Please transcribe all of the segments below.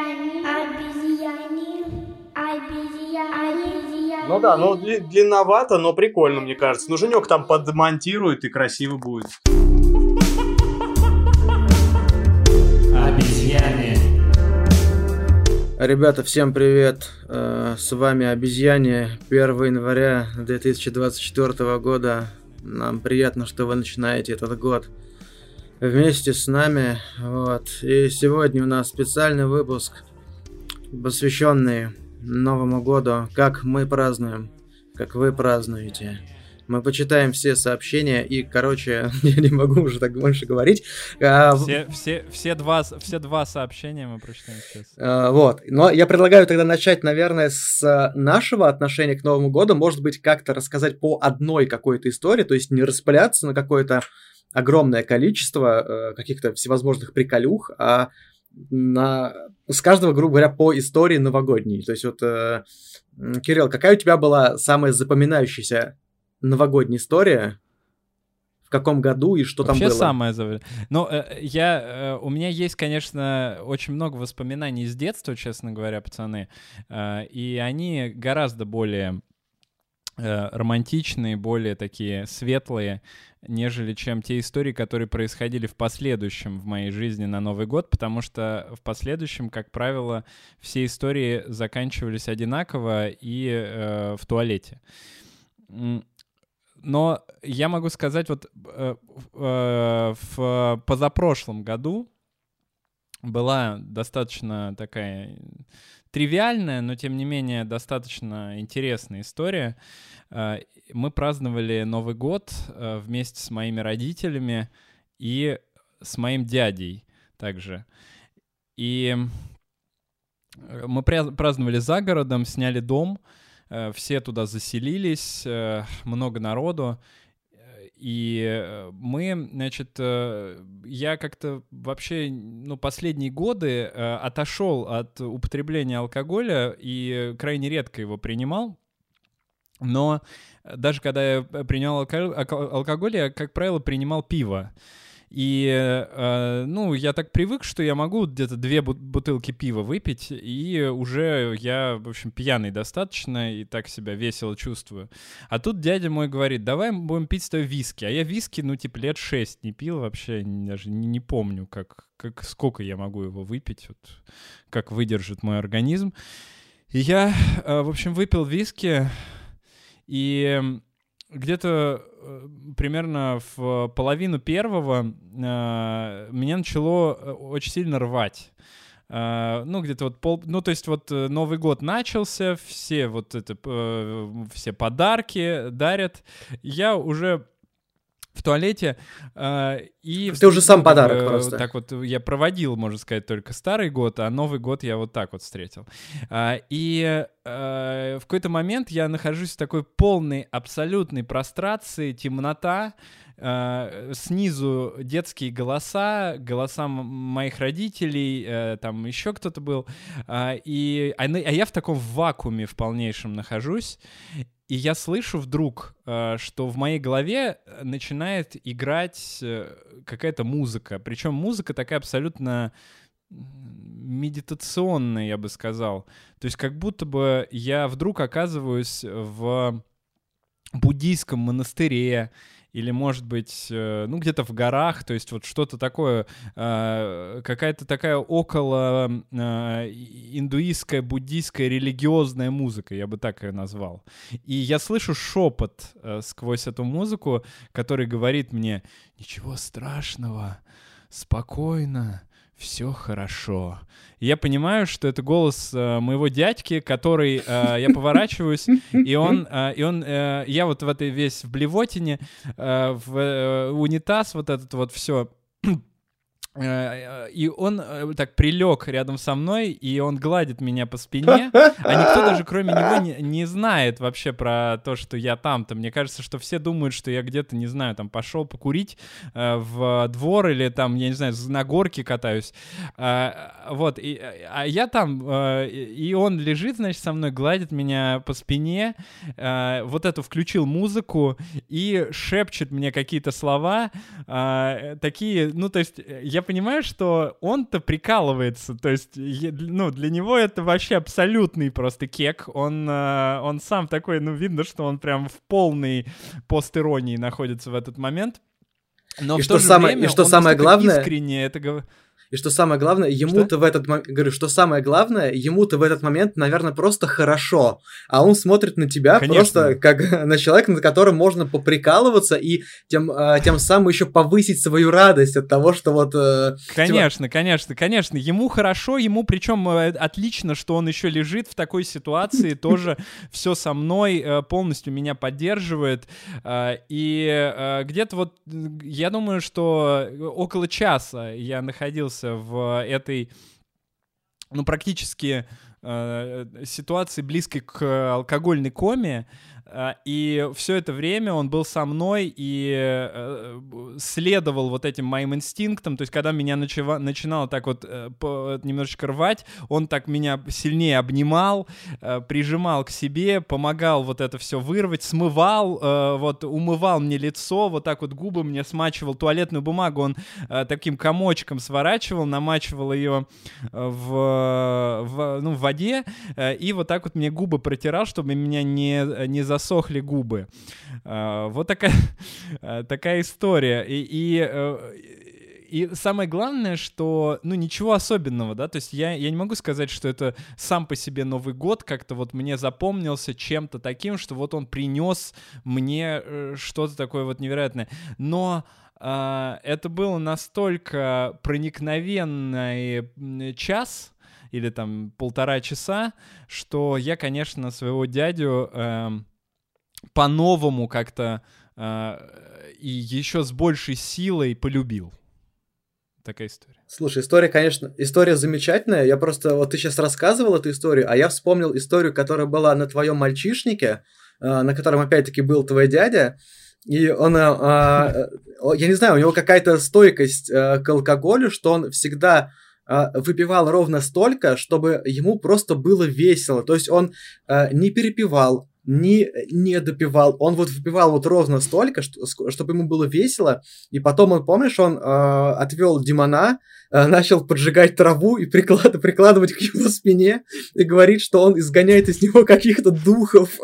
Ну да, ну длинновато, но прикольно, мне кажется. Ну, Женек там подмонтирует и красиво будет. Обезьяне. Ребята, всем привет! С вами Обезьяне. 1 января 2024 года. Нам приятно, что вы начинаете этот год вместе с нами. Вот. И сегодня у нас специальный выпуск, посвященный Новому году. Как мы празднуем, как вы празднуете. Мы почитаем все сообщения и, короче, я не могу уже так больше говорить. Все два сообщения мы прочитаем сейчас. Вот. Но я предлагаю тогда начать, наверное, с нашего отношения к Новому году. может быть, как-то рассказать по одной какой-то истории, то есть не распыляться на какое-то огромное количество каких-то всевозможных приколюх, а с каждого, грубо говоря, по истории новогодней. То есть вот, Кирилл, какая у тебя была самая запоминающаяся новогодняя история? В каком году и что вообще там было? Самое. Ну, у меня есть, конечно, очень много воспоминаний из детства, честно говоря, пацаны, и они гораздо более романтичные, более такие светлые, нежели чем те истории, которые происходили в последующем в моей жизни на Новый год, потому что в последующем, как правило, все истории заканчивались одинаково и в туалете. Но я могу сказать, вот в позапрошлом году была достаточно такая тривиальная, но тем не менее достаточно интересная история. Мы праздновали Новый год вместе с моими родителями и с моим дядей также. И мы праздновали за городом, сняли дом, все туда заселились, много народу. И мы, значит, я как-то вообще, последние годы отошел от употребления алкоголя и крайне редко его принимал. Но даже когда я принимал алкоголь, я, как правило, принимал пиво. И, я так привык, что я могу где-то 2 бутылки пива выпить, и уже я, в общем, пьяный достаточно, и так себя весело чувствую. А тут дядя мой говорит: давай будем пить с тобой виски. А я виски, лет 6 не пил вообще, даже не помню, сколько я могу его выпить, вот, как выдержит мой организм. И я, в общем, выпил виски, и где-то примерно в половину первого меня начало очень сильно рвать. Где-то то есть Новый год начался, все все подарки дарят. Я уже в туалете, и... Ты уже сам подарок просто. Так вот я проводил, можно сказать, только Старый год, а Новый год я вот так вот встретил. И в какой-то момент я нахожусь в такой полной, абсолютной прострации, темнота, снизу детские голоса моих родителей, там еще кто-то был, а я в таком вакууме в полнейшем нахожусь. И я слышу вдруг, что в моей голове начинает играть какая-то музыка. Причем музыка такая абсолютно медитационная, я бы сказал. То есть как будто бы я вдруг оказываюсь в буддийском монастыре, или, может быть, где-то в горах, то есть вот что-то такое, какая-то такая около индуистская, буддийская, религиозная музыка, я бы так ее назвал. И я слышу шепот сквозь эту музыку, который говорит мне: ничего страшного, спокойно, все хорошо. И я понимаю, что это голос моего дядьки, который, я поворачиваюсь, я вот в этой весь в блевотине, в унитаз вот этот вот все. И он так прилег рядом со мной, и он гладит меня по спине, а никто даже кроме него не знает вообще про то, что я там-то. Мне кажется, что все думают, что я где-то, не знаю, там пошел покурить в двор или там, я не знаю, на горке катаюсь. Вот, а я там, и он лежит, значит, со мной, гладит меня по спине, вот эту включил музыку и шепчет мне какие-то слова, такие, то есть я понимаю, что он-то прикалывается, то есть, ну, для него это вообще абсолютный просто кек, он сам такой, ну, видно, что он прям в полной постиронии находится в этот момент, но в то же время он самое главное, искренне это говорит. И что самое главное, ему-то в этот момент, говорю, что самое главное, ему-то в этот момент, наверное, просто хорошо, а он смотрит на тебя просто как на человека, над которым можно поприкалываться и тем самым еще повысить свою радость от того, что вот... Конечно, ему хорошо, ему причем отлично, что он еще лежит в такой ситуации, тоже все со мной, полностью меня поддерживает, и где-то вот, я думаю, что около часа я находился в этой, ну, практически ситуации, близкой к алкогольной коме, и все это время он был со мной и следовал вот этим моим инстинктам, то есть когда меня начинало так вот немножечко рвать, он так меня сильнее обнимал, прижимал к себе, помогал вот это все вырвать, смывал, вот умывал мне лицо, вот так вот губы мне смачивал, туалетную бумагу он таким комочком сворачивал, намачивал ее в воде, и вот так вот мне губы протирал, чтобы меня не засохли губы. Вот такая история. И самое главное, что, ну, ничего особенного, да, то есть я не могу сказать, что это сам по себе Новый год как-то вот мне запомнился чем-то таким, что вот он принес мне что-то такое вот невероятное. Но это был настолько проникновенный час, или там 1,5 часа, что я, конечно, своего дядю по-новому как-то и еще с большей силой полюбил. Такая история. Слушай, история замечательная. Я просто, вот ты сейчас рассказывал эту историю, а я вспомнил историю, которая была на твоем мальчишнике, на котором опять-таки был твой дядя, и он, я не знаю, у него какая-то стойкость к алкоголю, что он всегда выпивал ровно столько, чтобы ему просто было весело. То есть он не перепивал, не допивал. Он вот выпивал вот ровно столько, чтобы ему было весело. И потом он, помнишь, он отвел Димона, начал поджигать траву и прикладывать к его спине и говорит, что он изгоняет из него каких-то духов.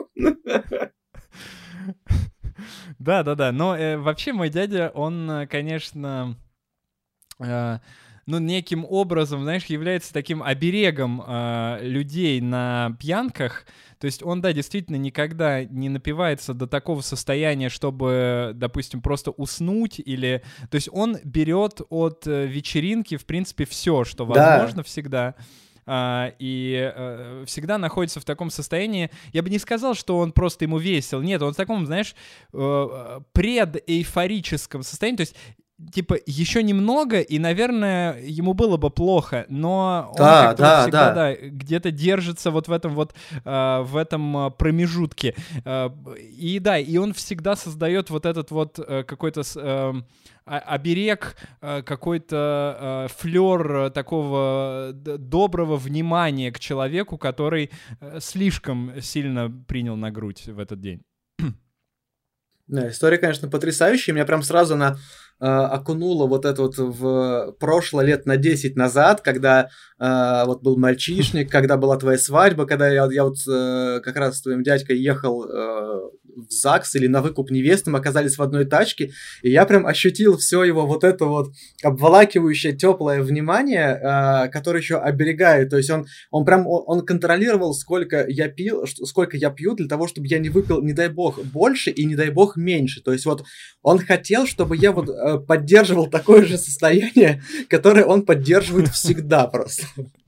Да. Но вообще мой дядя, он, конечно... ну, неким образом, знаешь, является таким оберегом людей на пьянках. То есть он, да, действительно никогда не напивается до такого состояния, чтобы, допустим, просто уснуть или... То есть он берет от вечеринки, в принципе, все, что возможно всегда. И всегда находится в таком состоянии. Я бы не сказал, что он просто ему весел. Нет, он в таком, знаешь, предэйфорическом состоянии. То есть типа, еще немного, и, наверное, ему было бы плохо, но он как-то всегда где-то держится вот в этом промежутке. И он всегда создает вот этот вот какой-то оберег, какой-то флёр такого доброго внимания к человеку, который слишком сильно принял на грудь в этот день. Да, история, конечно, потрясающая. Меня прям сразу окунуло вот это вот в прошлое лет на 10 назад, когда вот был мальчишник, когда была твоя свадьба, когда я вот как раз с твоим дядькой ехал в ЗАГС или на выкуп невесты, мы оказались в одной тачке, и я прям ощутил все его вот это вот обволакивающее теплое внимание, которое еще оберегает. То есть он контролировал, сколько я пью для того, чтобы я не выпил, не дай бог, больше и не дай бог меньше. То есть вот он хотел, чтобы я вот поддерживал такое же состояние, которое он поддерживает всегда просто.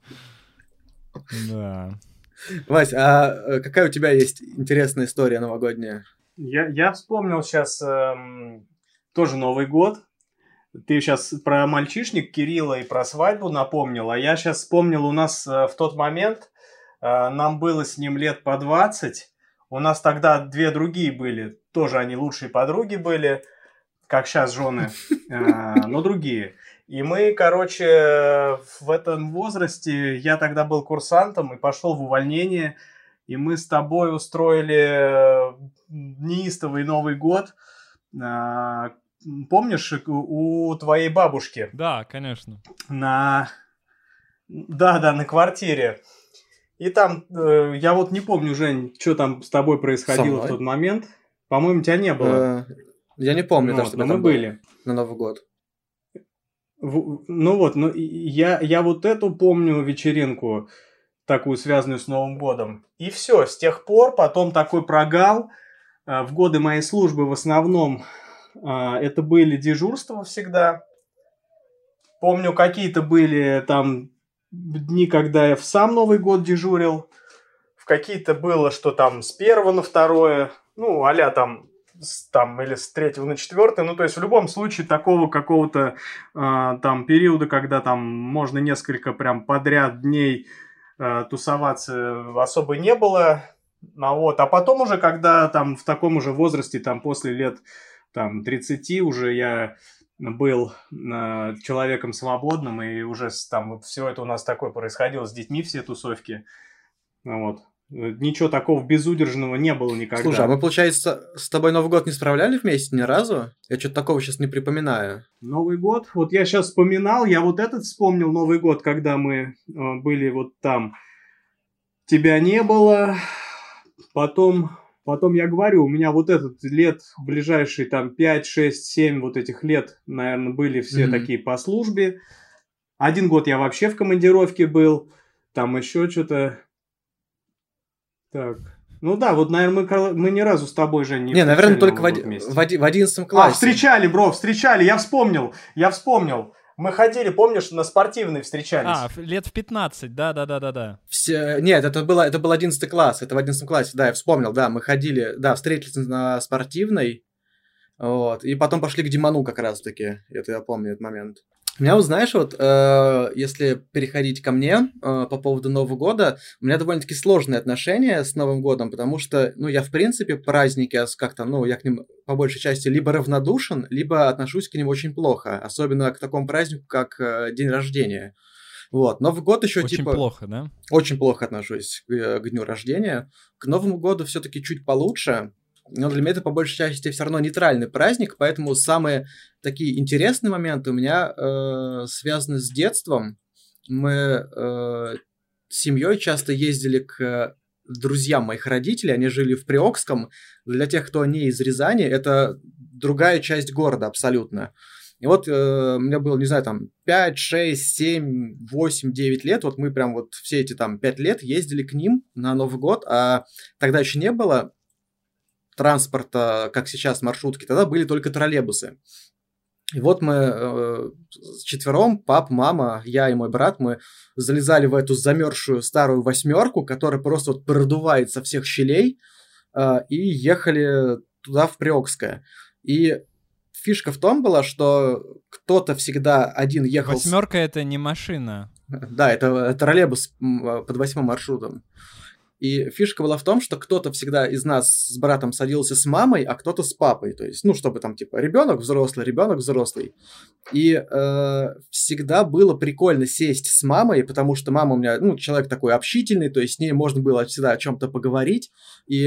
Да. Вась, а какая у тебя есть интересная история новогодняя? Я вспомнил сейчас тоже Новый год. Ты сейчас про мальчишник Кирилла и про свадьбу напомнил, а я сейчас вспомнил, у нас в тот момент, нам было с ним лет по 20, у нас тогда 2 другие были, тоже они лучшие подруги были, как сейчас жены, но другие. И мы, короче, в этом возрасте, я тогда был курсантом и пошел в увольнение, и мы с тобой устроили неистовый Новый год. помнишь, у твоей бабушки? Да, конечно. Да, на квартире. И там, я вот не помню, Жень, что там с тобой происходило в тот момент. По-моему, тебя не было. Я не помню, вот, но мы были. На Новый год. Я вот эту помню вечеринку, такую связанную с Новым годом. И все, с тех пор потом такой прогал. В годы моей службы в основном это были дежурства всегда. Помню, какие-то были там дни, когда я в сам Новый год дежурил. В какие-то было, что там с 1 на 2, ну, а-ля там или с 3 на 4. Ну, то есть в любом случае такого какого-то там периода, когда там можно несколько прям подряд дней тусоваться, особо не было. А потом уже, когда там в таком уже возрасте, там после лет там 30 уже я был человеком свободным, и уже там вот все это у нас такое происходило с детьми, все тусовки. Вот. Ничего такого безудержного не было никогда. Слушай, а мы, получается, с тобой Новый год не справляли вместе ни разу? Я что-то такого сейчас не припоминаю. Новый год? Вот я сейчас вспоминал, я вот этот вспомнил Новый год, когда мы были вот там. Тебя не было. Потом я говорю, у меня вот этот лет, ближайшие там 5, 6, 7 вот этих лет, наверное, были все такие по службе. 1 год я вообще в командировке был. Там еще что-то... Так. Ну да, вот, наверное, мы ни разу с тобой, Жень, не наверное, только в 11 классе. Встречали, я вспомнил. Мы ходили, помнишь, на спортивный встречались. Лет в 15, да. Нет, это был 11 класс, это в 11 классе, да, я вспомнил, да, мы ходили, да, встретились на спортивной, вот, и потом пошли к Диману как раз-таки, это я помню этот момент. У меня, вот знаешь, вот, если переходить ко мне по поводу Нового года, у меня довольно-таки сложные отношения с Новым годом, потому что, ну, я, в принципе, праздники как-то, ну, я к ним по большей части либо равнодушен, либо отношусь к ним очень плохо, особенно к такому празднику, как день рождения. Вот, Новый год еще очень плохо, да? Очень плохо отношусь к дню рождения. К Новому году все-таки чуть получше. Но для меня это по большей части все равно нейтральный праздник, поэтому самые такие интересные моменты у меня связаны с детством. Мы с семьей часто ездили к друзьям моих родителей, они жили в Приокском. Для тех, кто не из Рязани, это другая часть города абсолютно. И вот у меня было, не знаю, там 5, 6, 7, 8, 9 лет, вот мы прям вот все эти там 5 лет ездили к ним на Новый год, а тогда еще не было транспорта, как сейчас, маршрутки, тогда были только троллейбусы. И вот мы четвером, папа, мама, я и мой брат, мы залезали в эту замерзшую старую 8, которая просто вот продувает со всех щелей, и ехали туда, в Приокское. И фишка в том была, что кто-то всегда один ехал... 8 это не машина. Да, это троллейбус под 8 маршрутом. И фишка была в том, что кто-то всегда из нас с братом садился с мамой, а кто-то с папой. То есть, ну, чтобы там, типа, ребенок взрослый. И всегда было прикольно сесть с мамой, потому что мама у меня, ну, человек такой общительный, то есть с ней можно было всегда о чем-то поговорить, и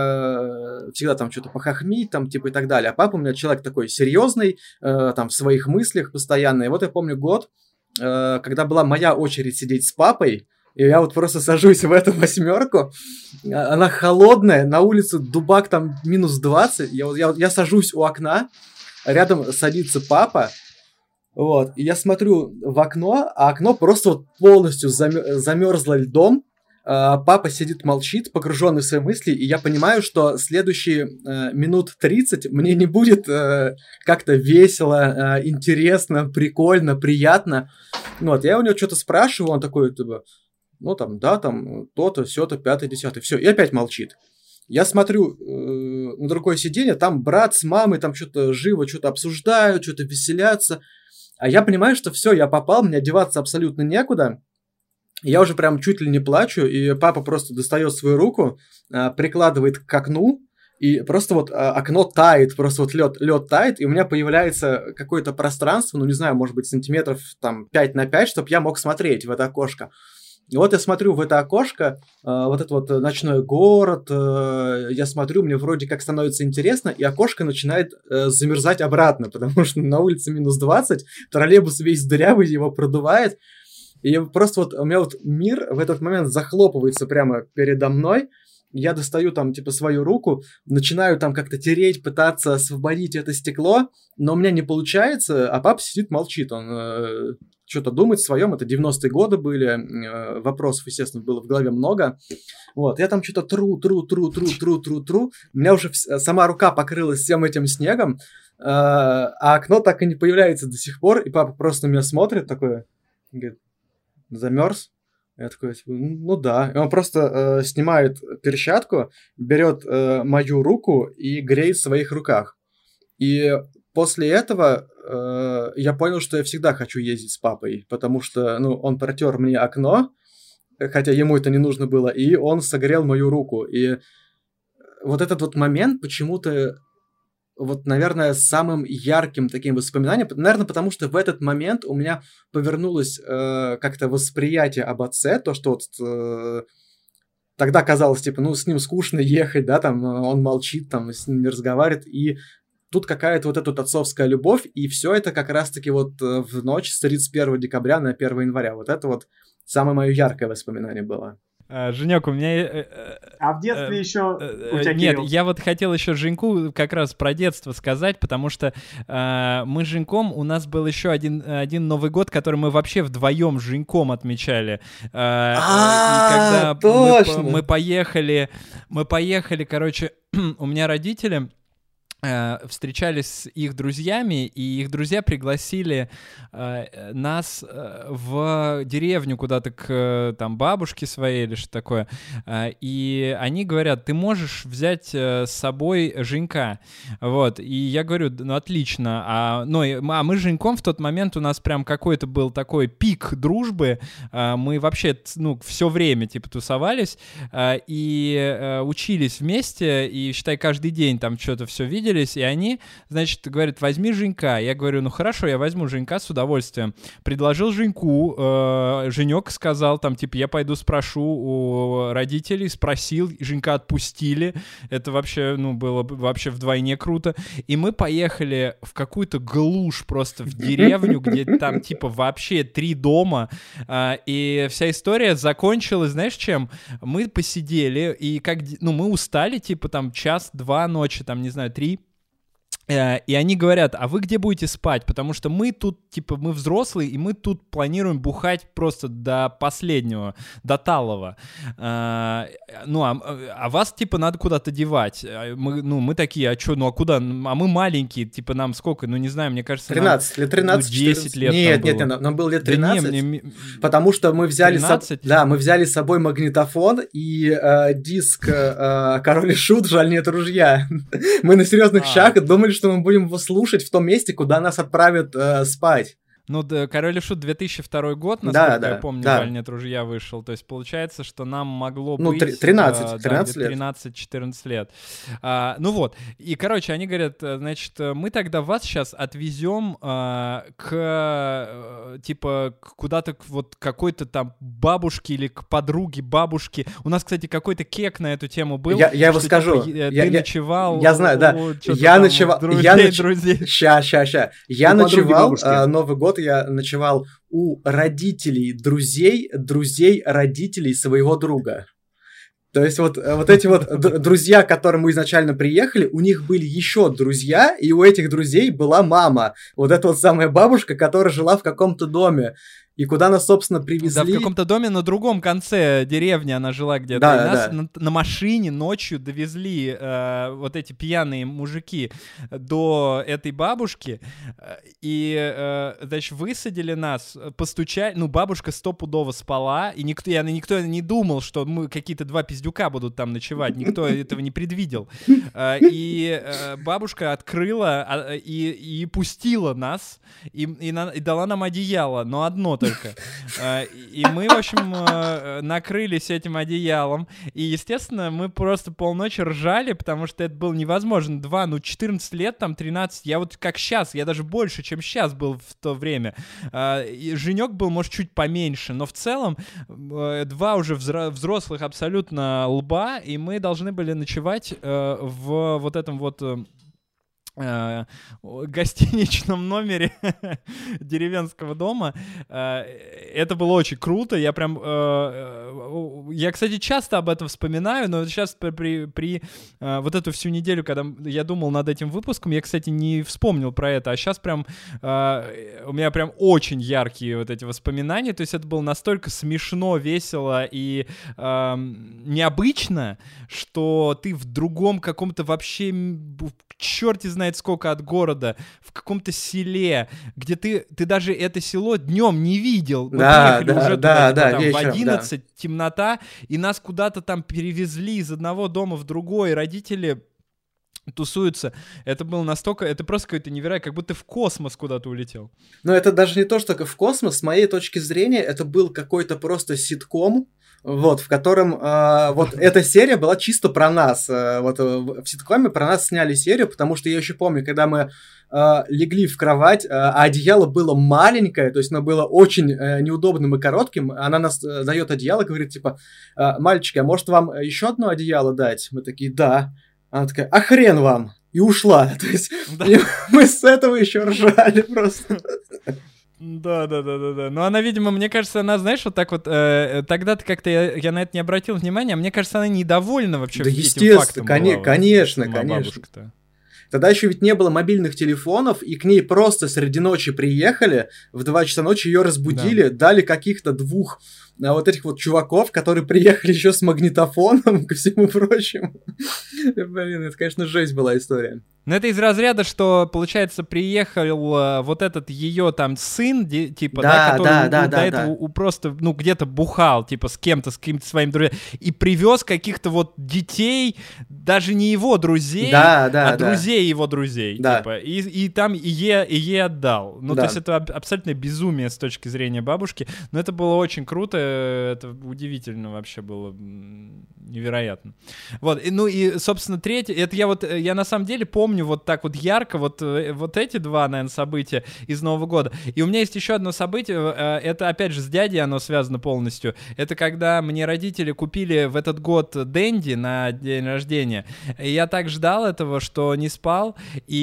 всегда там что-то похохмить, там, типа, и так далее. А папа у меня человек такой серьезный, там, в своих мыслях постоянно. И вот я помню год, когда была моя очередь сидеть с папой, и я вот просто сажусь в эту 8, она холодная, на улице дубак там минус 20, я сажусь у окна, рядом садится папа, вот, и я смотрю в окно, а окно просто вот полностью замерзло льдом, папа сидит, молчит, погруженный в свои мысли, и я понимаю, что следующие минут 30 мне не будет как-то весело, интересно, прикольно, приятно. Вот, я у него что-то спрашиваю, он такой, типа... Ну, там, да, там, то-то, сё-то, 5-е, 10-е, все, и опять молчит. Я смотрю на другое сиденье, там брат с мамой, там что-то живо, что-то обсуждают, что-то веселятся. А я понимаю, что все, я попал, мне одеваться абсолютно некуда. Я уже прям чуть ли не плачу, и папа просто достает свою руку, прикладывает к окну, и просто вот окно тает, просто вот лед тает, и у меня появляется какое-то пространство, ну, не знаю, может быть, сантиметров там 5 на 5, чтобы я мог смотреть в это окошко. И вот я смотрю в это окошко, вот этот вот ночной город, я смотрю, мне вроде как становится интересно, и окошко начинает замерзать обратно, потому что на улице минус 20, троллейбус весь дырявый, его продувает, и просто вот у меня вот мир в этот момент захлопывается прямо передо мной. Я достаю там, типа, свою руку, начинаю там как-то тереть, пытаться освободить это стекло, но у меня не получается, а папа сидит, молчит. Он что-то думает в своем, это 90-е годы были, вопросов, естественно, было в голове много. Вот, я там что-то тру. У меня уже сама рука покрылась всем этим снегом, а окно так и не появляется до сих пор, и папа просто на меня смотрит такой, говорит, замерз? Я такой, ну да. И он просто снимает перчатку, берет мою руку и греет в своих руках. И после этого я понял, что я всегда хочу ездить с папой, потому что, ну, он протер мне окно, хотя ему это не нужно было, и он согрел мою руку. И вот этот вот момент почему-то, вот, наверное, самым ярким таким воспоминанием, наверное, потому что в этот момент у меня повернулось как-то восприятие об отце, то, что вот тогда казалось, типа, ну, с ним скучно ехать, да, там, он молчит, там, с ним не разговаривает, и тут какая-то вот эта вот отцовская любовь, и все это как раз-таки вот в ночь с 31 декабря на 1 января. Вот это вот самое мое яркое воспоминание было. Женек, у меня... А в детстве еще у тебя, Нет, Кирилл? я вот хотел еще Женьку как раз про детство сказать, потому что мы с Женьком, у нас был еще один Новый год, который мы вообще вдвоем с Женьком отмечали. И когда точно! мы поехали, короче, у меня родители встречались с их друзьями, и их друзья пригласили нас в деревню куда-то к там бабушке своей или что такое. И они говорят, ты можешь взять с собой Женька. Вот. И я говорю, ну отлично. Мы с Женьком в тот момент, у нас прям какой-то был такой пик дружбы. Мы вообще, ну, все время типа тусовались и учились вместе, и, считай, каждый день там что-то все видели. И они, значит, говорят, возьми Женька. Я говорю, ну хорошо, я возьму Женька с удовольствием. Предложил Женьку, Женек сказал, там, типа, я пойду спрошу у родителей, спросил, Женька отпустили. Это вообще, ну, было вообще вдвойне круто. И мы поехали в какую-то глушь просто в деревню, где там, типа, вообще 3 дома. И вся история закончилась, знаешь, чем? Мы посидели, и как, ну, мы устали, типа, там, 1-2 ночи, там, не знаю, 3. И они говорят, а вы где будете спать? Потому что мы тут, типа, мы взрослые, и мы тут планируем бухать просто до последнего, до талого. А вас, типа, надо куда-то девать. Мы такие, а что, ну а куда? А мы маленькие, типа, нам сколько? Ну, не знаю, мне кажется, 13, лет 13, 10 лет. Нет, нам было лет 13, потому что мы взяли мы взяли с собой магнитофон и диск «Король и Шут. Жаль, нет ружья». Мы на серьезных щах думали, что мы будем его слушать в том месте, куда нас отправят спать. Ну, да, «Король и Шут» 2002 год, насколько я помню, «Жаль, нет ружья» вышел. То есть получается, что нам могло быть... 13 лет. 13-14 лет. Ну вот. И, короче, они говорят, значит, мы тогда вас сейчас отвезем типа, куда-то к вот какой-то там бабушке или к подруге бабушки. У нас, кстати, какой-то кек на эту тему был. Я его скажу. Типа, ты ночевал... Я знаю, да. Я ночевал... Ща. Я ночевал Новый год, я ночевал у родителей друзей родителей своего друга. То есть вот эти вот друзья, к которым мы изначально приехали, у них были еще друзья, и у этих друзей была мама. Вот эта вот самая бабушка, которая жила в каком-то доме. И куда нас, собственно, привезли... Да, в каком-то доме на другом конце деревни она жила где-то. Да, и нас на машине ночью довезли вот эти пьяные мужики до этой бабушки. И, значит, высадили нас, постучали. Ну, бабушка стопудово спала, и никто не думал, что мы какие-то 2 пиздюка будут там ночевать. Никто этого не предвидел. И бабушка открыла и пустила нас, и дала нам одеяло. Но одно только. И мы, в общем, накрылись этим одеялом. И, естественно, мы просто полночи ржали, потому что это было невозможно. 14 лет, там, 13. Я вот как сейчас, я даже больше, чем сейчас был в то время. И Женек был, может, чуть поменьше. Но в целом 2 уже взрослых абсолютно лба, и мы должны были ночевать в вот этом вот гостиничном номере деревенского дома. Это было очень круто. Я прям... Я, кстати, часто об этом вспоминаю, но сейчас при вот эту всю неделю, когда я думал над этим выпуском, я, кстати, не вспомнил про это, а сейчас прям у меня прям очень яркие вот эти воспоминания. То есть это было настолько смешно, весело и необычно, что ты в другом каком-то вообще черти знает сколько от города, в каком-то селе, где ты даже это село днем не видел. Мы приехали уже туда, там, вечером, в 11, темнота, и нас куда-то там перевезли из одного дома в другой, родители тусуются. Это было настолько... Это просто какое-то невероятно, как будто ты в космос куда-то улетел. Но это даже не то, что в космос. С моей точки зрения, это был какой-то просто ситком, вот, в котором вот эта серия была чисто про нас. Вот в ситкоме про нас сняли серию, потому что я еще помню, когда мы легли в кровать, а одеяло было маленькое, то есть оно было очень неудобным и коротким. Она нас дает одеяло, говорит, типа, мальчики, а может вам еще одно одеяло дать? Мы такие, да. Она такая, а хрен вам! И ушла. То есть мы с этого еще ржали просто. Да. Но она, видимо, мне кажется, она, знаешь, вот так вот, тогда-то как-то я на это не обратил внимания, а мне кажется, она недовольна вообще да, этим фактом была. Конечно. Тогда еще ведь не было мобильных телефонов, и к ней просто среди ночи приехали, в 2 часа ночи ее разбудили, дали каких-то 2 вот этих вот чуваков, которые приехали еще с магнитофоном, ко всему прочему. Блин, это, конечно, жесть была история. Но это из разряда, что, получается, приехал вот этот ее там сын, типа, который до этого просто, ну, где-то бухал, типа, с кем-то своим друзьям, и привез каких-то вот детей, даже не его друзей, друзей его друзей, типа, и там и ей отдал. Ну, то есть это абсолютное безумие с точки зрения бабушки, но это было очень круто, это удивительно вообще было, невероятно. Вот, ну и, собственно, третье, это я на самом деле помню вот так вот ярко вот эти 2, наверное, события из Нового года. И у меня есть еще одно событие, это, опять же, с дядей оно связано полностью. Это когда мне родители купили в этот год Дэнди на день рождения. И я так ждал этого, что не спал,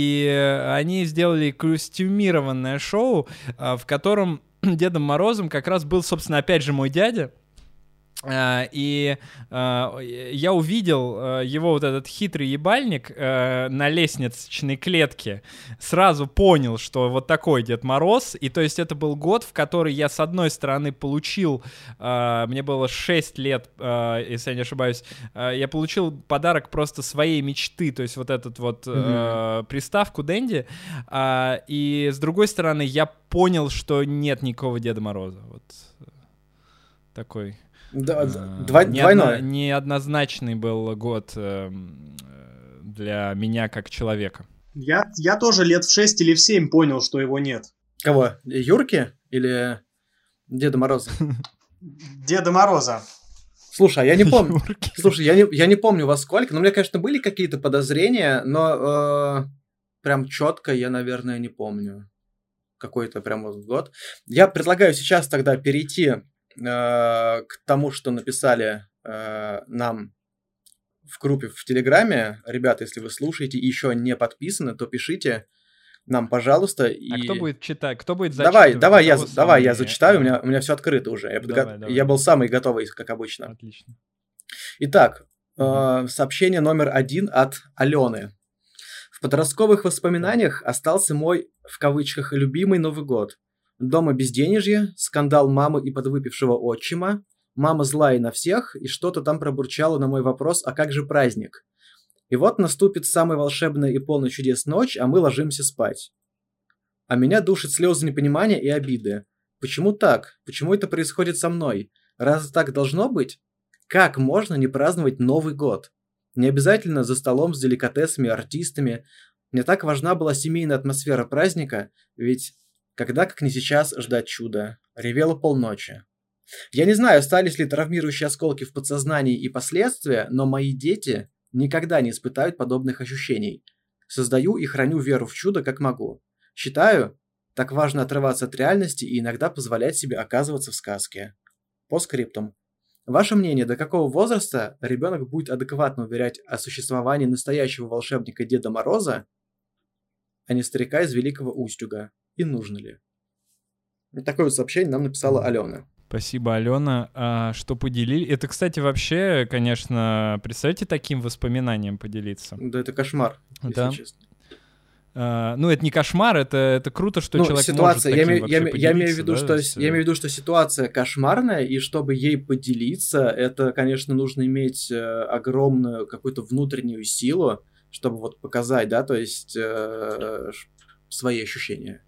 и они сделали костюмированное шоу, в котором Дедом Морозом как раз был, собственно, опять же, мой дядя. И я увидел его вот этот хитрый ебальник на лестничной клетке, сразу понял, что вот такой Дед Мороз, и то есть это был год, в который я, с одной стороны, получил, мне было 6 лет, если я не ошибаюсь, я получил подарок просто своей мечты, то есть вот этот вот приставку Дэнди, и с другой стороны, я понял, что нет никакого Деда Мороза, вот такой... Двойной. Неоднозначный был год для меня как человека. Я тоже лет в 6 или в 7 понял, что его нет. Кого? Юрки или Деда Мороза? Деда Мороза. Слушай, а я не помню. Слушай, я не помню во сколько, но у меня, конечно, были какие-то подозрения, но прям четко я, наверное, не помню. Какой-то прям вот год. Я предлагаю сейчас тогда перейти к тому, что написали нам в группе в Телеграме. Ребята, если вы слушаете и еще не подписаны, то пишите нам, пожалуйста. А кто будет читать? Кто будет зачитывать? Давай я зачитаю, у меня все открыто уже. Я был самый готовый, как обычно. Отлично. Итак, сообщение номер 1 от Алены. В подростковых воспоминаниях остался мой, в кавычках, любимый Новый год. Дома безденежье, скандал мамы и подвыпившего отчима, мама злая на всех и что-то там пробурчала на мой вопрос, а как же праздник? И вот наступит самая волшебная и полная чудес ночь, а мы ложимся спать. А меня душат слезы непонимания и обиды. Почему так? Почему это происходит со мной? Разве так должно быть? Как можно не праздновать Новый год? Не обязательно за столом с деликатесами и артистами. Мне так важна была семейная атмосфера праздника, ведь Когда, как не сейчас, ждать чуда? Ревела полночи. Я не знаю, остались ли травмирующие осколки в подсознании и последствия, но мои дети никогда не испытают подобных ощущений. Создаю и храню веру в чудо, как могу. Считаю, так важно отрываться от реальности и иногда позволять себе оказываться в сказке. По скриптум. Ваше мнение, до какого возраста ребенок будет адекватно уверять о существовании настоящего волшебника Деда Мороза, а не старика из Великого Устюга? И нужно ли? Вот такое вот сообщение нам написала Алена. Спасибо, Алена, что поделили. Это, кстати, вообще, конечно, представьте, таким воспоминанием поделиться. Да это кошмар, да? если честно. Ну, это не кошмар, это круто, что человек ситуация, может таким вообще поделиться. Я имею в виду, что ситуация кошмарная, и чтобы ей поделиться, это, конечно, нужно иметь огромную какую-то внутреннюю силу, чтобы вот показать, да, то есть свои ощущения.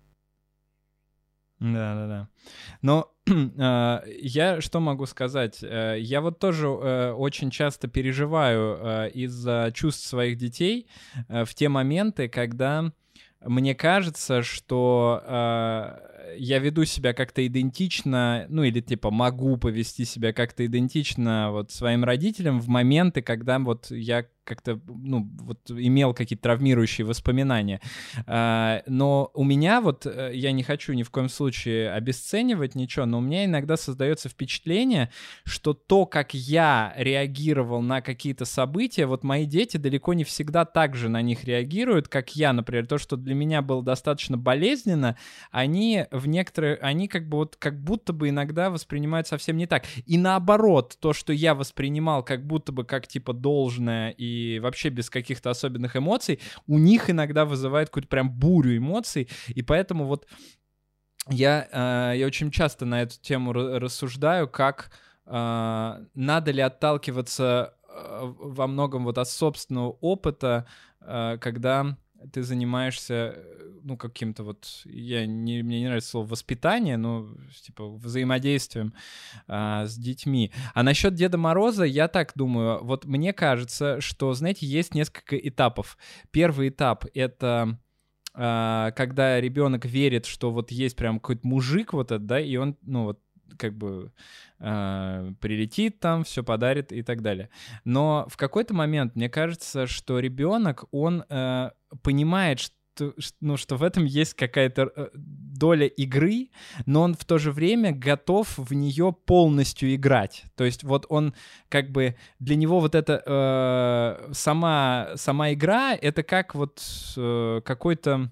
Да. Но я что могу сказать? Я вот тоже очень часто переживаю из-за чувств своих детей в те моменты, когда мне кажется, что я веду себя как-то идентично, ну или типа могу повести себя как-то идентично вот своим родителям в моменты, когда вот я как-то, ну, вот имел какие-то травмирующие воспоминания. Но у меня вот, я не хочу ни в коем случае обесценивать ничего, но у меня иногда создается впечатление, что то, как я реагировал на какие-то события, вот мои дети далеко не всегда так же на них реагируют, как я, например. То, что для меня было достаточно болезненно, они как бы вот как будто бы иногда воспринимают совсем не так. И наоборот, то, что я воспринимал как будто бы как типа должное и вообще без каких-то особенных эмоций, у них иногда вызывает какую-то прям бурю эмоций, и поэтому вот я очень часто на эту тему рассуждаю, как надо ли отталкиваться во многом вот от собственного опыта, когда ты занимаешься, ну, каким-то вот, мне не нравится слово воспитание, но, типа, взаимодействием с детьми. А насчет Деда Мороза я так думаю, вот мне кажется, что, знаете, есть несколько этапов. Первый этап — это когда ребенок верит, что вот есть прям какой-то мужик вот этот, да, и он, ну, вот, как бы прилетит там, все подарит и так далее. Но в какой-то момент мне кажется, что ребенок, он понимает, что в этом есть какая-то доля игры, но он в то же время готов в нее полностью играть. То есть вот он как бы для него вот это сама игра — это как вот какой-то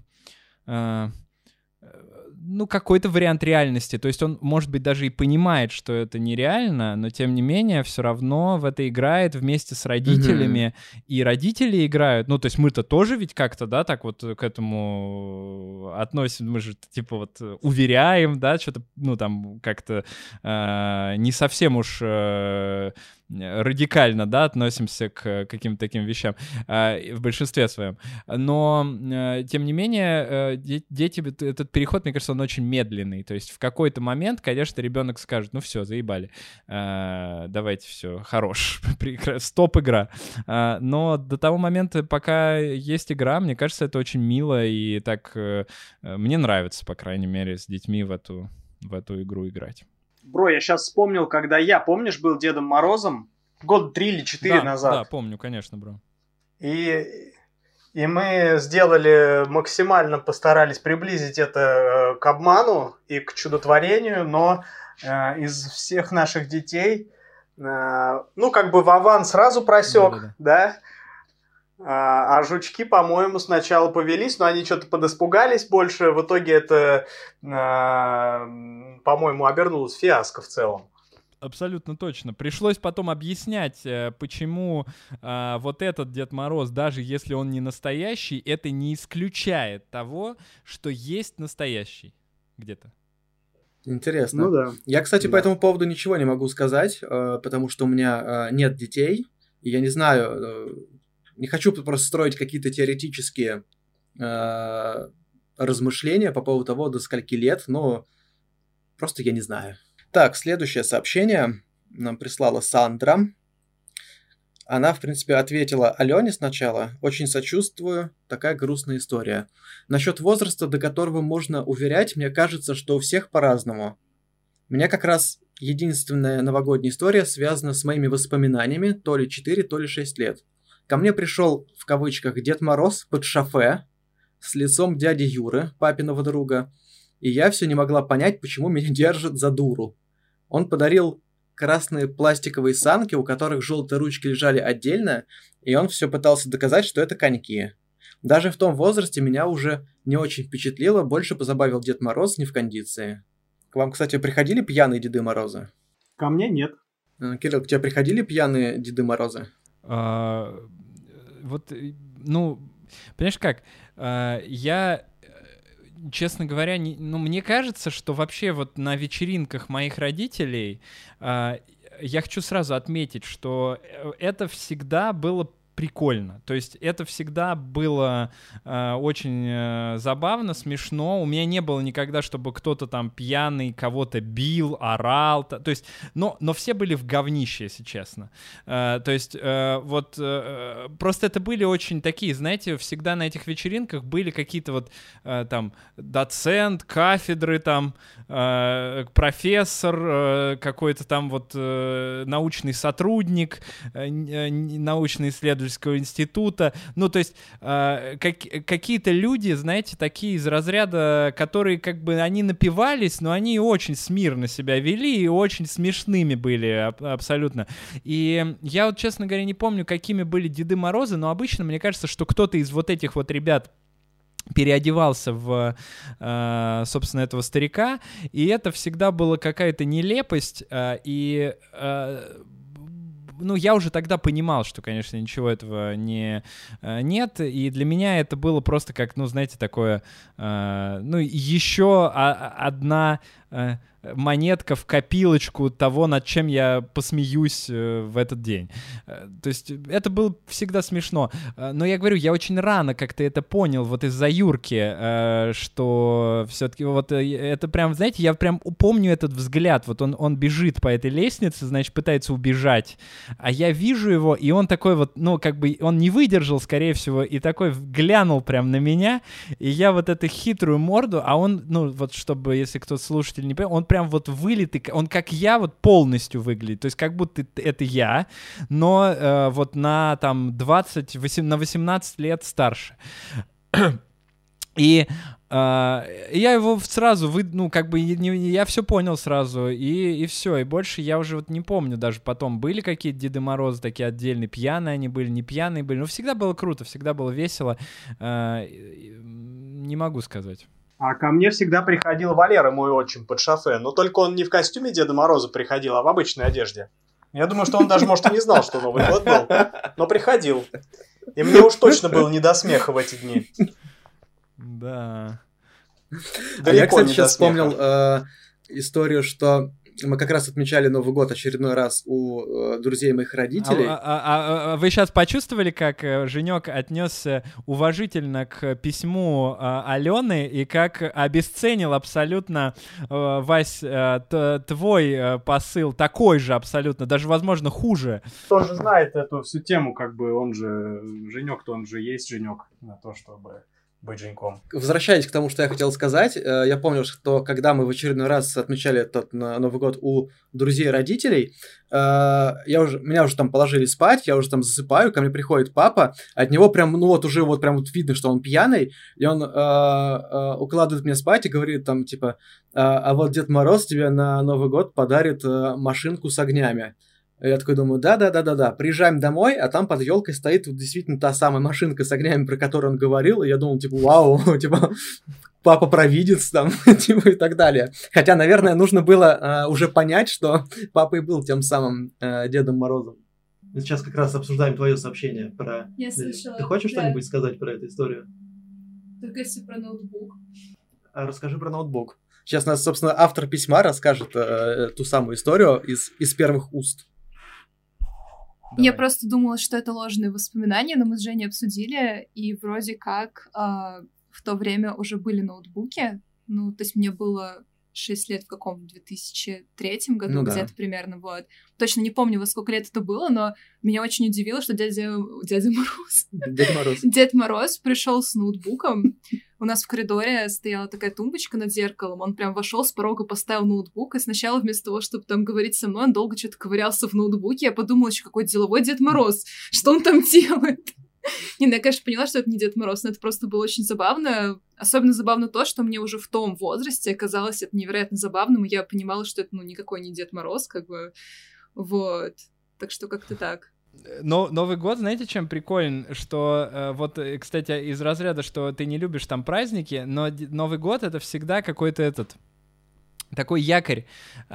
какой-то вариант реальности. То есть он, может быть, даже и понимает, что это нереально, но тем не менее все равно в это играет вместе с родителями, и родители играют. Ну, то есть мы-то тоже ведь как-то, да, так вот к этому относимся, мы же типа вот уверяем, да, что-то, ну, там как-то не совсем уж радикально, да, относимся к каким-то таким вещам в большинстве своем. Но, тем не менее, дети, этот переход, мне кажется, он очень медленный. То есть в какой-то момент, конечно, ребенок скажет: ну все, заебали, давайте все, хорош, стоп игра. Но до того момента, пока есть игра, мне кажется, это очень мило, и так мне нравится, по крайней мере, с детьми в эту игру играть. Бро, я сейчас вспомнил, когда я, помнишь, был Дедом Морозом года 3 или 4 назад. Да, помню, конечно, бро. И мы максимально постарались приблизить это к обману и к чудотворению, но из всех наших детей, Вован сразу просек, да? А жучки, по-моему, сначала повелись, но они что-то подиспугались больше. В итоге это, по-моему, обернулось фиаско в целом. Абсолютно точно. Пришлось потом объяснять, почему вот этот Дед Мороз, даже если он не настоящий, это не исключает того, что есть настоящий где-то. Интересно. Ну да. Я, кстати, по этому поводу ничего не могу сказать, потому что у меня нет детей, и я не знаю... Не хочу просто строить какие-то теоретические размышления по поводу того, до скольки лет, но просто я не знаю. Так, следующее сообщение нам прислала Сандра. Она, в принципе, ответила Алене сначала: «Очень сочувствую, такая грустная история. Насчет возраста, до которого можно уверять, мне кажется, что у всех по-разному. У меня как раз единственная новогодняя история связана с моими воспоминаниями, то ли 4, то ли 6 лет. Ко мне пришел, в кавычках, Дед Мороз под шофе с лицом дяди Юры, папиного друга, и я все не могла понять, почему меня держат за дуру. Он подарил красные пластиковые санки, у которых желтые ручки лежали отдельно, и он все пытался доказать, что это коньки. Даже в том возрасте меня уже не очень впечатлило, больше позабавил Дед Мороз не в кондиции». К вам, кстати, приходили пьяные Деды Морозы? Ко мне нет. Кирилл, к тебе приходили пьяные Деды Морозы? Вот, ну, понимаешь как, я, честно говоря, мне кажется, что вообще вот на вечеринках моих родителей я хочу сразу отметить, что это всегда было прикольно. То есть это всегда было очень забавно, смешно. У меня не было никогда, чтобы кто-то там пьяный кого-то бил, орал. То есть, но все были в говнище, если честно. То есть вот просто это были очень такие, знаете, всегда на этих вечеринках были какие-то вот там доцент, кафедры, там профессор, какой-то там вот научный сотрудник, научный исследователь института, ну, то есть какие-то люди, знаете, такие из разряда, которые как бы, они напивались, но они очень смирно себя вели и очень смешными были абсолютно. И я вот, честно говоря, не помню, какими были Деды Морозы, но обычно, мне кажется, что кто-то из вот этих вот ребят переодевался в, собственно, этого старика, и это всегда была какая-то нелепость, и ну, я уже тогда понимал, что, конечно, ничего этого нет, и для меня это было просто как, ну, знаете, такое, ну, еще одна монетка в копилочку того, над чем я посмеюсь в этот день. То есть это было всегда смешно. Но я говорю, я очень рано как-то это понял, вот из-за Юрки, что все-таки вот это прям, знаете, я прям помню этот взгляд. Вот он бежит по этой лестнице, значит, пытается убежать, а я вижу его, и он такой вот, ну, как бы он не выдержал, скорее всего, и такой глянул прям на меня, и я вот эту хитрую морду, а он, ну, вот чтобы, если кто-то слушатель не понимает, он прям вот вылитый, он как я вот полностью выглядит, то есть как будто это я, но вот на там 18 лет старше. И я его сразу, ну, как бы, я все понял сразу, и все, и больше я уже вот не помню, даже потом были какие-то Деды Морозы такие отдельные, пьяные они были, не пьяные были, но всегда было круто, всегда было весело, не могу сказать. А ко мне всегда приходил Валера, мой отчим, под шофе. Но только он не в костюме Деда Мороза приходил, а в обычной одежде. Я думаю, что он даже, может, и не знал, что Новый год был. Но приходил. И мне уж точно было не до смеха в эти дни. Да. Я, кстати, сейчас вспомнил историю, что мы как раз отмечали Новый год очередной раз у друзей моих родителей. Вы сейчас почувствовали, как Женек отнесся уважительно к письму Алены и как обесценил абсолютно, Вась, твой посыл такой же абсолютно, даже, возможно, хуже. Кто же знает эту всю тему, как бы он же Женек-то, он же есть Женек на то, чтобы быть Женьком. Возвращаясь к тому, что я хотел сказать, я помню, что когда мы в очередной раз отмечали этот Новый год у друзей родителей, меня уже там положили спать, я уже там засыпаю, ко мне приходит папа, от него прям, ну вот уже вот прям вот видно, что он пьяный, и он укладывает меня спать и говорит там типа, а вот Дед Мороз тебе на Новый год подарит машинку с огнями. Я такой думаю, да. Приезжаем домой, а там под елкой стоит вот действительно та самая машинка с огнями, про которую он говорил. И я думал, типа, вау, типа, папа провидец там, типа, и так далее. Хотя, наверное, нужно было уже понять, что папа и был тем самым Дедом Морозом. Мы сейчас как раз обсуждаем твое сообщение про... Я слышала. Ты хочешь что-нибудь сказать про эту историю? Только если про ноутбук. Расскажи про ноутбук. Сейчас нас, собственно, автор письма расскажет ту самую историю из первых уст. Давай. Я просто думала, что это ложные воспоминания, но мы с Женей обсудили, и вроде как в то время уже были ноутбуки. Ну, то есть мне было 6 лет в каком? В 2003 году, где-то примерно, вот. Точно не помню, во сколько лет это было, но меня очень удивило, что Дед Мороз пришел с ноутбуком. У нас в коридоре стояла такая тумбочка над зеркалом, он прям вошел с порога, поставил ноутбук, и сначала вместо того, чтобы там говорить со мной, он долго что-то ковырялся в ноутбуке. Я подумала, что какой деловой Дед Мороз, что он там делает? Не, я, конечно, поняла, что это не Дед Мороз, но это просто было очень забавно. Особенно забавно то, что мне уже в том возрасте казалось это невероятно забавным, и я понимала, что это, никакой не Дед Мороз, как бы, вот. Так что как-то так. Но Новый год, знаете, чем приколен? Что вот, кстати, из разряда, что ты не любишь там праздники, но Новый год — это всегда какой-то такой якорь,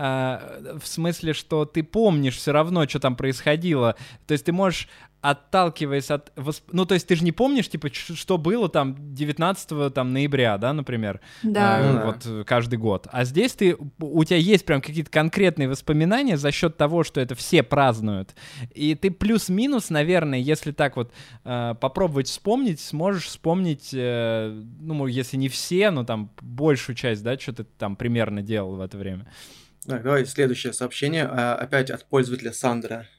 в смысле, что ты помнишь все равно, что там происходило. То есть ты можешь, отталкиваясь от... Ну, то есть ты же не помнишь, типа, что было там 19 ноября, да, например? Да. Вот каждый год. А здесь у тебя есть прям какие-то конкретные воспоминания за счет того, что это все празднуют. И ты плюс-минус, наверное, если так вот попробовать вспомнить, сможешь вспомнить, ну, если не все, но там большую часть, да, что ты там примерно делал в это время. Так, давай следующее сообщение, опять от пользователя Сандра.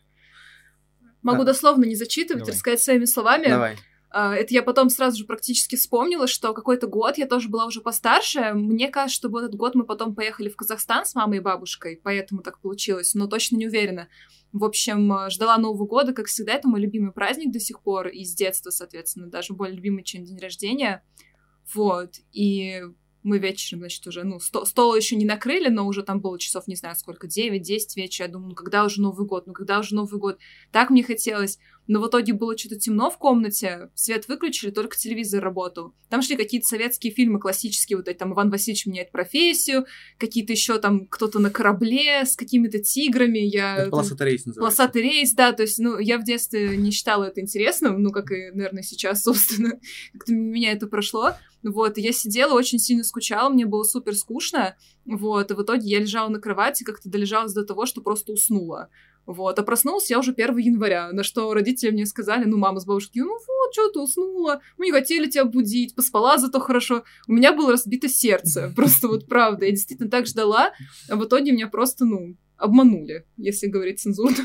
Могу дословно не зачитывать, рассказать своими словами. Давай. Это я потом сразу же практически вспомнила, что какой-то год, я тоже была уже постарше. Мне кажется, что в этот год мы потом поехали в Казахстан с мамой и бабушкой, поэтому так получилось, но точно не уверена. В общем, ждала Нового года, как всегда, это мой любимый праздник до сих пор, и с детства, соответственно, даже более любимый, чем день рождения. Вот, и... Мы вечером, значит, уже, стол еще не накрыли, но уже там было часов, не знаю сколько, 9-10 вечера. Я думаю, когда уже Новый год? Когда уже Новый год? Так мне хотелось. Но в итоге было что-то темно в комнате, свет выключили, только телевизор работал. Там шли какие-то советские фильмы классические, вот эти, там «Иван Васильевич меняет профессию», какие-то еще там кто-то на корабле с какими-то тиграми. Это «Полосатый рейс» называется. «Полосатый рейс», да, то есть, я в детстве не считала это интересным, как и, наверное, сейчас, собственно, как-то меня это прошло. Вот, и я сидела, очень сильно скучала, мне было супер скучно, вот, и в итоге я лежала на кровати, как-то долежалась до того, что просто уснула. Вот, а проснулась я уже 1 января, на что родители мне сказали, мама с бабушкой, вот, что ты уснула, мы не хотели тебя будить, поспала зато хорошо. У меня было разбито сердце, просто вот правда, я действительно так ждала, а в итоге меня просто, обманули, если говорить цензурно.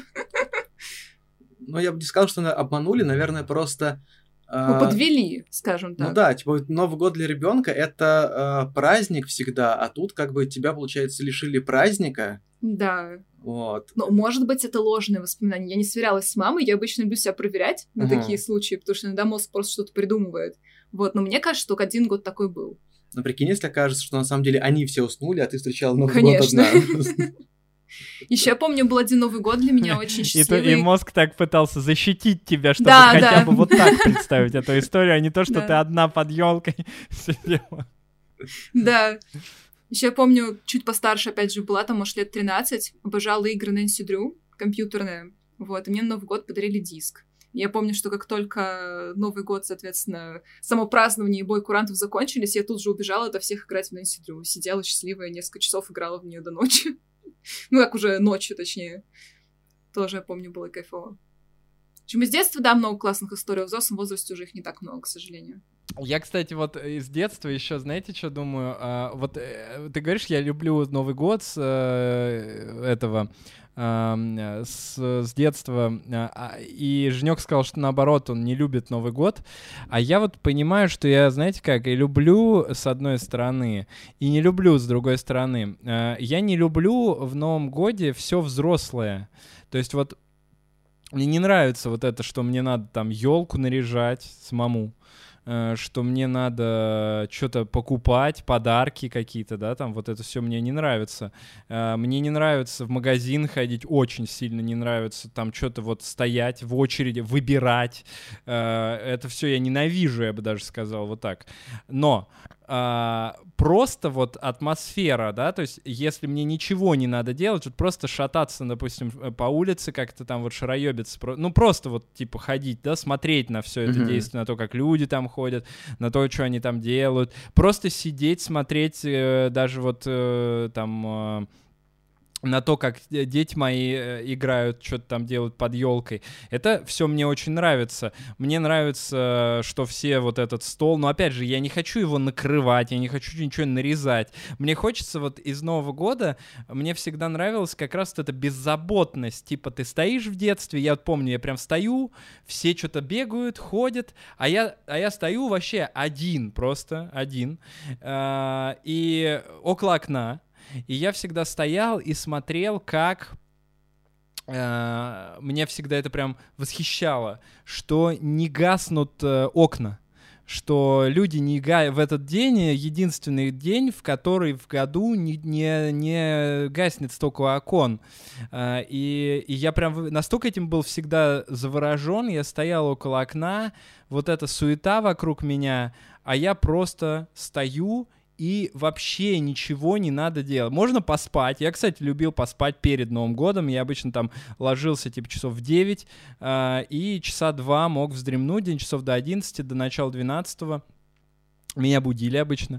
Я бы не сказал, что обманули, наверное, просто... подвели, скажем так. Да, Новый год для ребенка это праздник всегда, а тут тебя, получается, лишили праздника. Да. Вот. Но, может быть, это ложные воспоминания. Я не сверялась с мамой, я обычно люблю себя проверять на такие случаи, потому что иногда мозг просто что-то придумывает. Вот, но мне кажется, только 1 год такой был. Но прикинь, если окажется, что на самом деле они все уснули, а ты встречала Новый год одна. Еще я помню, был 1 Новый год для меня очень счастливый. И мозг так пытался защитить тебя, чтобы хотя бы вот так представить эту историю, а не то, что ты одна под елкой сидела. Да. Еще я помню, чуть постарше, опять же, была, там, может, лет 13, обожала игры Нэнси Дрю, компьютерные, вот, и мне на Новый год подарили диск. Я помню, что как только Новый год, соответственно, само празднование и бой курантов закончились, я тут же убежала от всех играть в Нэнси Дрю. Сидела счастливая, несколько часов играла в нее до ночи. Как уже ночью, точнее. Тоже, я помню, было кайфово. В общем, из детства, да, много классных историй. В взрослом возрасте уже их не так много, к сожалению. Я, кстати, вот из детства еще, знаете, что думаю? Вот ты говоришь, я люблю Новый год с детства, и Женек сказал, что наоборот, он не любит Новый год, а я вот понимаю, что я, знаете как, и люблю с одной стороны, и не люблю с другой стороны. Я не люблю в Новом годе все взрослое, то есть вот мне не нравится вот это, что мне надо там елку наряжать самому, что мне надо что-то покупать, подарки какие-то, да, там вот это все мне не нравится. Мне не нравится в магазин ходить, очень сильно не нравится там что-то вот стоять в очереди, выбирать. Это все я ненавижу, я бы даже сказал, вот так. Но просто вот атмосфера, да, то есть если мне ничего не надо делать, вот просто шататься, допустим, по улице, как-то там вот шароебиться, просто вот типа ходить, да, смотреть на все это действие, на то, как люди там ходят, на то, что они там делают, просто сидеть, смотреть даже вот там на то, как дети мои играют, что-то там делают под елкой. Это все мне очень нравится. Мне нравится, что все вот этот стол... Но опять же, я не хочу его накрывать, я не хочу ничего нарезать. Мне хочется вот из Нового года... Мне всегда нравилась как раз вот эта беззаботность. Типа ты стоишь в детстве, я вот помню, я прям стою, все что-то бегают, ходят, а я стою вообще один, просто один. И около окна. И я всегда стоял и смотрел, как меня всегда это прям восхищало, что не гаснут окна, что люди не в этот день, единственный день, в который в году не гаснет столько окон. И я прям настолько этим был всегда заворожен, я стоял около окна, вот эта суета вокруг меня, а я просто стою и вообще ничего не надо делать. Можно поспать. Я, кстати, любил поспать перед Новым годом. Я обычно там ложился типа часов в 9 и часа 2 мог вздремнуть, день часов до 11, до начала 12. Меня будили обычно.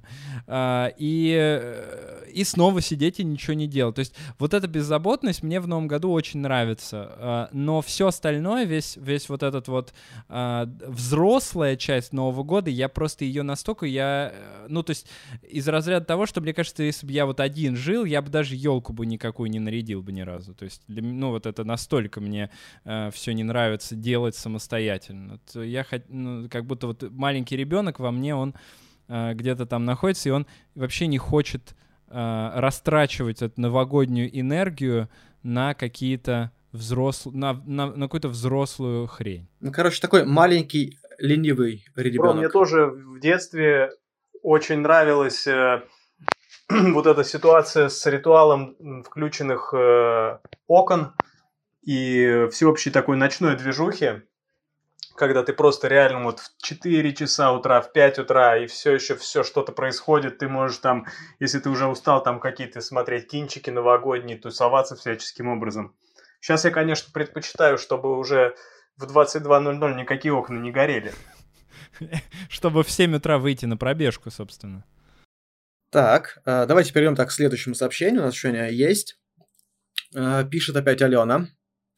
И снова сидеть и ничего не делать. То есть вот эта беззаботность мне в Новом году очень нравится. Но все остальное, весь вот этот вот взрослая часть Нового года, я просто ее настолько... Ну, то есть из разряда того, что, мне кажется, если бы я вот один жил, я бы даже елку бы никакую не нарядил бы ни разу. То есть, ну, вот это настолько мне все не нравится делать самостоятельно. Я как будто вот маленький ребенок во мне, он где-то там находится, и он вообще не хочет растрачивать эту новогоднюю энергию на какие-то на какую-то взрослую хрень. Ну, короче, такой маленький ленивый ребенок. Бро, мне тоже в детстве очень нравилась вот эта ситуация с ритуалом включенных окон и всеобщей такой ночной движухи, когда ты просто реально вот в 4 часа утра, в 5 утра, и все еще все что-то происходит, ты можешь там, если ты уже устал, там какие-то смотреть кинчики новогодние, тусоваться всяческим образом. Сейчас я, конечно, предпочитаю, чтобы уже в 22:00 никакие окна не горели. Чтобы в 7 утра выйти на пробежку, собственно. Так, давайте перейдем к следующему сообщению. У нас еще есть. Пишет опять Алена.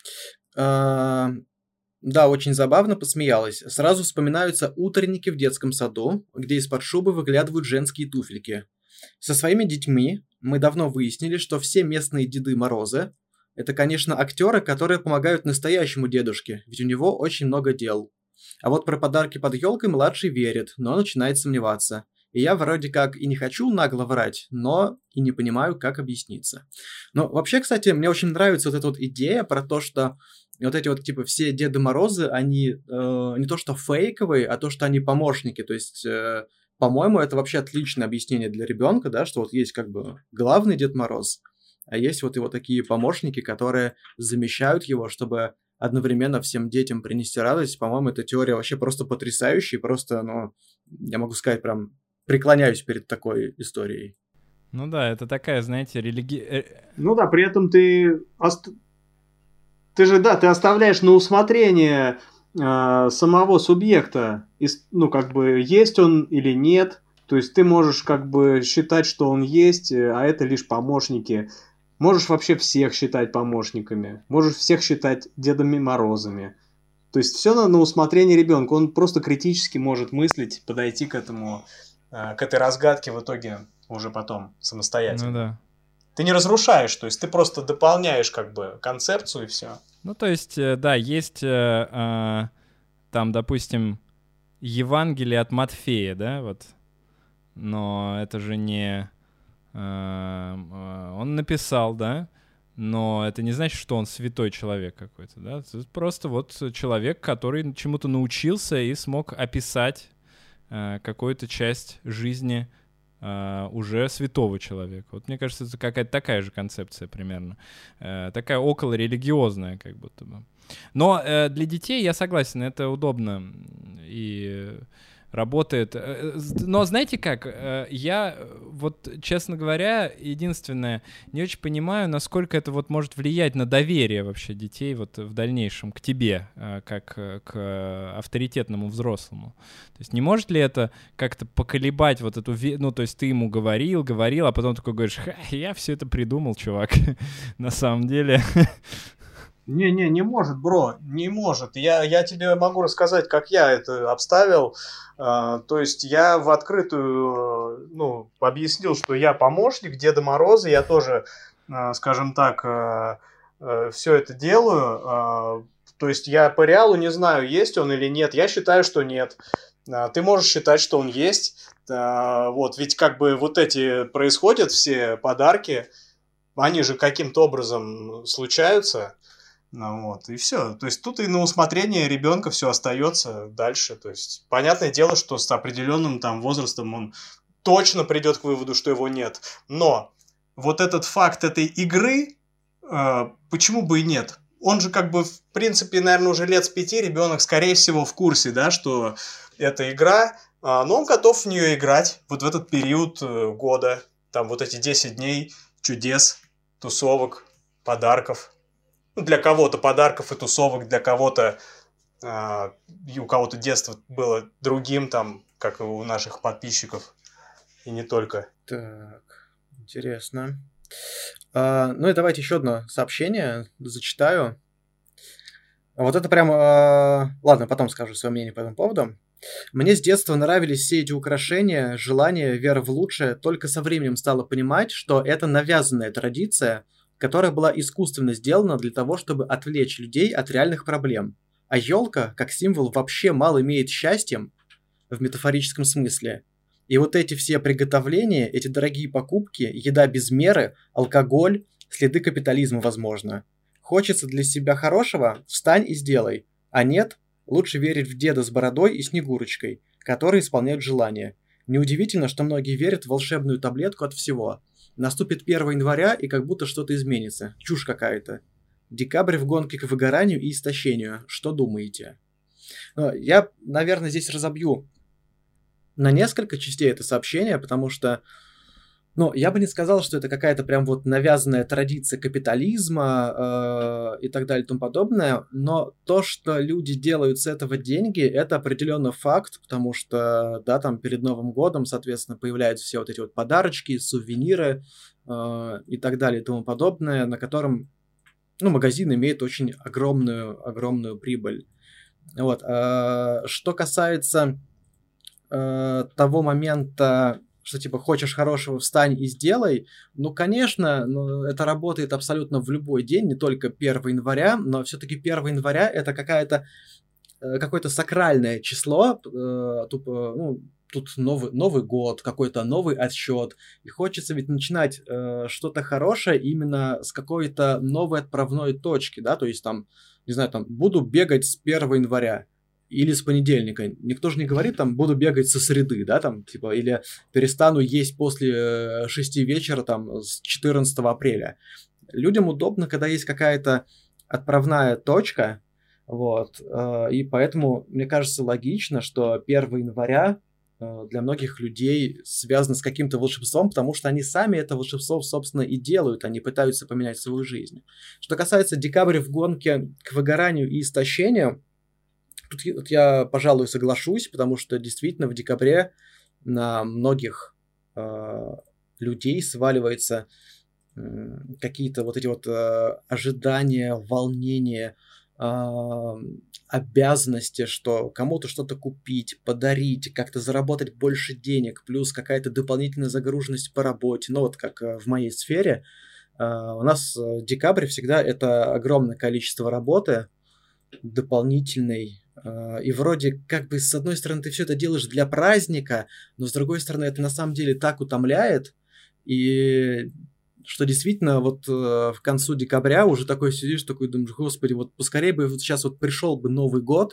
Да, очень забавно, посмеялась. Сразу вспоминаются утренники в детском саду, где из-под шубы выглядывают женские туфельки. Со своими детьми мы давно выяснили, что все местные Деды Морозы – это, конечно, актеры, которые помогают настоящему дедушке, ведь у него очень много дел. А вот про подарки под елкой младший верит, но начинает сомневаться. И я вроде как и не хочу нагло врать, но и не понимаю, как объясниться. Но вообще, кстати, мне очень нравится вот эта вот идея про то, что вот эти вот, типа, все Деды Морозы, они не то что фейковые, а то, что они помощники. То есть, по-моему, это вообще отличное объяснение для ребенка, да, что вот есть как бы главный Дед Мороз, а есть вот его такие помощники, которые замещают его, чтобы одновременно всем детям принести радость. По-моему, эта теория вообще просто потрясающая, просто, ну, я могу сказать, прям преклоняюсь перед такой историей. Ну да, это такая, знаете, Ну да, при этом ты оставляешь на усмотрение самого субъекта, ну, как бы, есть он или нет. То есть ты можешь, как бы, считать, что он есть, а это лишь помощники. Можешь вообще всех считать помощниками. Можешь всех считать Дедами Морозами. То есть все на усмотрение ребенка. Он просто критически может мыслить, подойти к этой разгадке в итоге уже потом самостоятельно. Ну да. Ты не разрушаешь, то есть ты просто дополняешь как бы концепцию и все. Ну то есть, да, есть там, допустим, Евангелие от Матфея, да, вот. Но это же не... Он написал, да, но это не значит, что он святой человек какой-то, да. Это просто вот человек, который чему-то научился и смог описать какую-то часть жизни уже святого человека. Вот мне кажется, это какая-то такая же концепция примерно. Такая околорелигиозная как будто бы. Но для детей, я согласен, это удобно и работает. Но знаете как, я вот, честно говоря, единственное, не очень понимаю, насколько это вот может влиять на доверие вообще детей вот в дальнейшем к тебе, как к авторитетному взрослому. То есть не может ли это как-то поколебать вот эту... Ну, то есть ты ему говорил, а потом такой говоришь, я все это придумал, чувак, на самом деле... Не может, бро, не может. Я тебе могу рассказать, как я это обставил. То есть я в открытую, объяснил, что я помощник Деда Мороза, я тоже, скажем так, все это делаю. То есть я по реалу не знаю, есть он или нет. Я считаю, что нет. Ты можешь считать, что он есть. Вот, ведь как бы вот эти происходят все подарки, они же каким-то образом случаются. Вот, и все. То есть тут и на усмотрение ребенка все остается дальше. То есть понятное дело, что с определенным там возрастом он точно придет к выводу, что его нет. Но вот этот факт этой игры, почему бы и нет? Он же как бы, в принципе, наверное, уже лет с 5 ребенок, скорее всего, в курсе, да, что это игра, но он готов в нее играть вот в этот период года. Там вот эти 10 дней чудес, тусовок, подарков. Для кого-то подарков и тусовок, для кого-то и у кого-то детство было другим, там, как и у наших подписчиков, и не только. Так, интересно. Ну и давайте еще одно сообщение зачитаю. Вот это прям... Ладно, потом скажу свое мнение по этому поводу. Мне с детства нравились все эти украшения, желание, вера в лучшее. Только со временем стала понимать, что это навязанная традиция, которая была искусственно сделана для того, чтобы отвлечь людей от реальных проблем. А елка, как символ, вообще мало имеет счастьем в метафорическом смысле. И вот эти все приготовления, эти дорогие покупки, еда без меры, алкоголь, следы капитализма, возможно. Хочется для себя хорошего? Встань и сделай. А нет? Лучше верить в деда с бородой и Снегурочкой, которые исполняют желания. Неудивительно, что многие верят в волшебную таблетку от всего. Наступит 1 января, и как будто что-то изменится. Чушь какая-то. Декабрь в гонке к выгоранию и истощению. Что думаете? Я, наверное, здесь разобью на несколько частей это сообщение, потому что, я бы не сказал, что это какая-то прям вот навязанная традиция капитализма и так далее и тому подобное, но то, что люди делают с этого деньги, это определенно факт, потому что, да, там перед Новым годом, соответственно, появляются все вот эти вот подарочки, сувениры и так далее и тому подобное, на котором, магазин имеет очень огромную прибыль. Вот. Что касается того момента, что типа хочешь хорошего, встань и сделай, конечно, это работает абсолютно в любой день, не только 1 января, но все-таки 1 января это какое-то сакральное число, тут Новый год, какой-то новый отсчет, и хочется ведь начинать что-то хорошее именно с какой-то новой отправной точки, да, то есть там, не знаю, там, буду бегать с 1 января, или с понедельника. Никто же не говорит, там, буду бегать со среды, да, там, типа, или перестану есть после 6 вечера, там, с 14 апреля. Людям удобно, когда есть какая-то отправная точка, вот, и поэтому, мне кажется, логично, что 1 января для многих людей связано с каким-то волшебством, потому что они сами это волшебство, собственно, и делают, они пытаются поменять свою жизнь. Что касается декабря в гонке к выгоранию и истощению, тут я, пожалуй, соглашусь, потому что действительно в декабре на многих людей сваливаются какие-то вот эти вот ожидания, волнения, обязанности, что кому-то что-то купить, подарить, как-то заработать больше денег, плюс какая-то дополнительная загруженность по работе. Вот как в моей сфере. У нас декабрь всегда это огромное количество работы дополнительной. И вроде как бы с одной стороны ты все это делаешь для праздника, но с другой стороны это на самом деле так утомляет, и что действительно вот к концу декабря уже такой сидишь, такой думаешь, господи, вот поскорее бы вот сейчас вот пришел бы Новый год,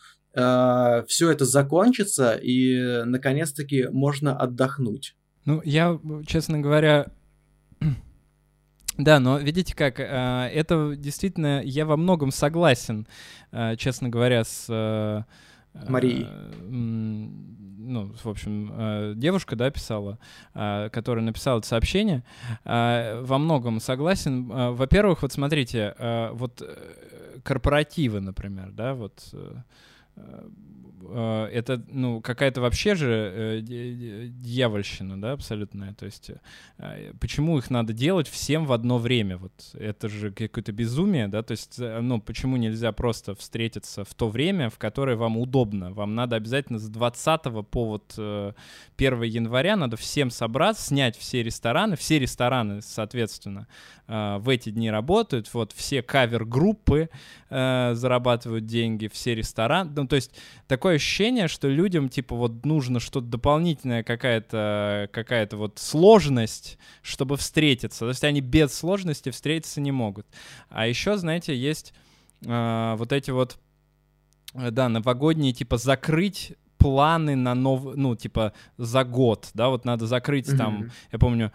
все это закончится, и наконец-таки можно отдохнуть. Я, честно говоря... Да, но видите как, это действительно, я во многом согласен, честно говоря, с Марии. Ну, в общем, девушка, да, писала, которая написала это сообщение, во многом согласен. Во-первых, вот смотрите, вот корпоративы, например, да, вот это, ну, какая-то вообще же дьявольщина, да, абсолютная. То есть почему их надо делать всем в одно время? Вот это же какое-то безумие, да, то есть, ну, почему нельзя просто встретиться в то время, в которое вам удобно? Вам надо обязательно с 20 по вот 1 января надо всем собраться, снять все рестораны, соответственно, в эти дни работают, вот все кавер-группы зарабатывают деньги, все рестораны, ну, то есть такое ощущение, что людям, типа, вот нужно что-то дополнительное, какая-то вот сложность, чтобы встретиться, то есть они без сложности встретиться не могут. А еще, знаете, есть вот эти вот, да, новогодние, типа, закрыть планы на ну, типа, за год, да, вот надо закрыть там, я помню,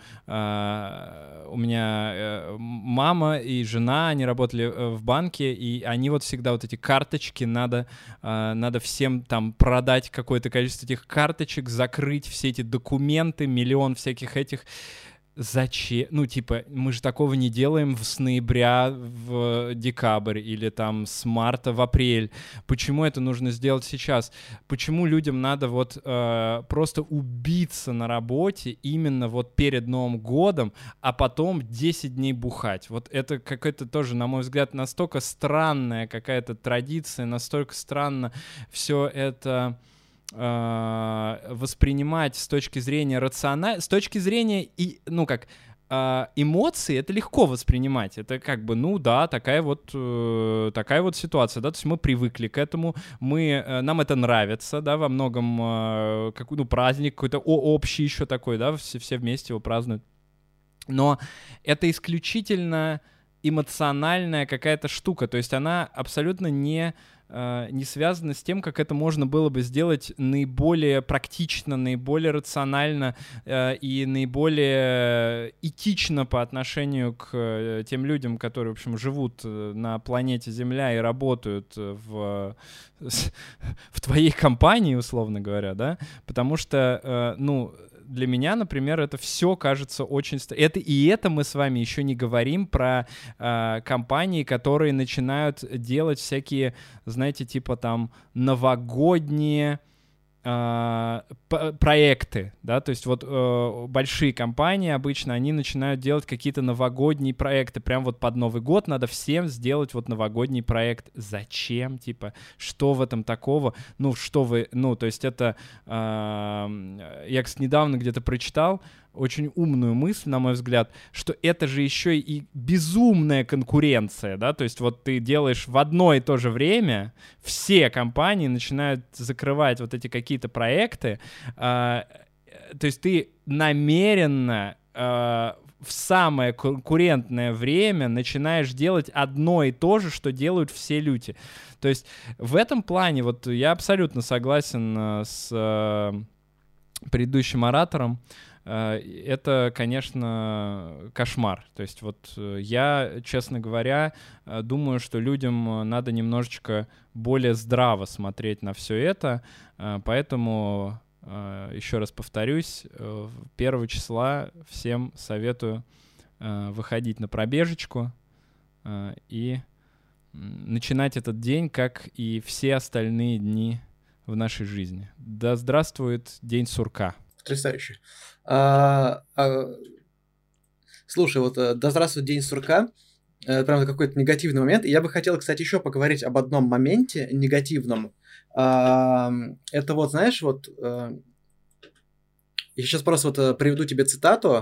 у меня мама и жена, они работали в банке, и они вот всегда вот эти карточки надо всем там продать какое-то количество этих карточек, закрыть все эти документы, миллион всяких этих. Зачем? Ну, типа, мы же такого не делаем с ноября в декабрь или там с марта в апрель. Почему это нужно сделать сейчас? Почему людям надо вот просто убиться на работе именно вот перед Новым годом, а потом 10 дней бухать? Вот это какая-то тоже, на мой взгляд, настолько странная какая-то традиция, настолько странно все это воспринимать с точки зрения с точки зрения ну как эмоции, это легко воспринимать, это как бы, ну да, такая вот ситуация, да, то есть мы привыкли к этому, нам это нравится, да, во многом праздник какой-то общий еще такой, да, все вместе его празднуют, но это исключительно эмоциональная какая-то штука, то есть она абсолютно не связано с тем, как это можно было бы сделать наиболее практично, наиболее рационально и наиболее этично по отношению к тем людям, которые, в общем, живут на планете Земля и работают в твоей компании, условно говоря, да, потому что, ну, для меня, например, это все кажется очень... Это мы с вами еще не говорим про компании, которые начинают делать всякие, знаете, типа там новогодние проекты, да, то есть вот большие компании обычно, они начинают делать какие-то новогодние проекты, прям вот под Новый год надо всем сделать вот новогодний проект. Зачем, типа, что в этом такого? Ну, что вы, ну, то есть это, я, кстати, недавно где-то прочитал очень умную мысль, на мой взгляд, что это же еще и безумная конкуренция, да, то есть вот ты делаешь в одно и то же время, все компании начинают закрывать вот эти какие-то проекты, то есть ты намеренно в самое конкурентное время начинаешь делать одно и то же, что делают все люди. То есть в этом плане вот я абсолютно согласен с предыдущим оратором. Это, конечно, кошмар. То есть вот я, честно говоря, думаю, что людям надо немножечко более здраво смотреть на все это, поэтому, еще раз повторюсь, 1 числа всем советую выходить на пробежечку и начинать этот день, как и все остальные дни в нашей жизни. Да здравствует День сурка! Потрясающе. Слушай, вот да здравствует День сурка. Прям какой-то негативный момент. И я бы хотел, кстати, еще поговорить об одном моменте негативном. Это вот, знаешь, вот... Я сейчас просто вот приведу тебе цитату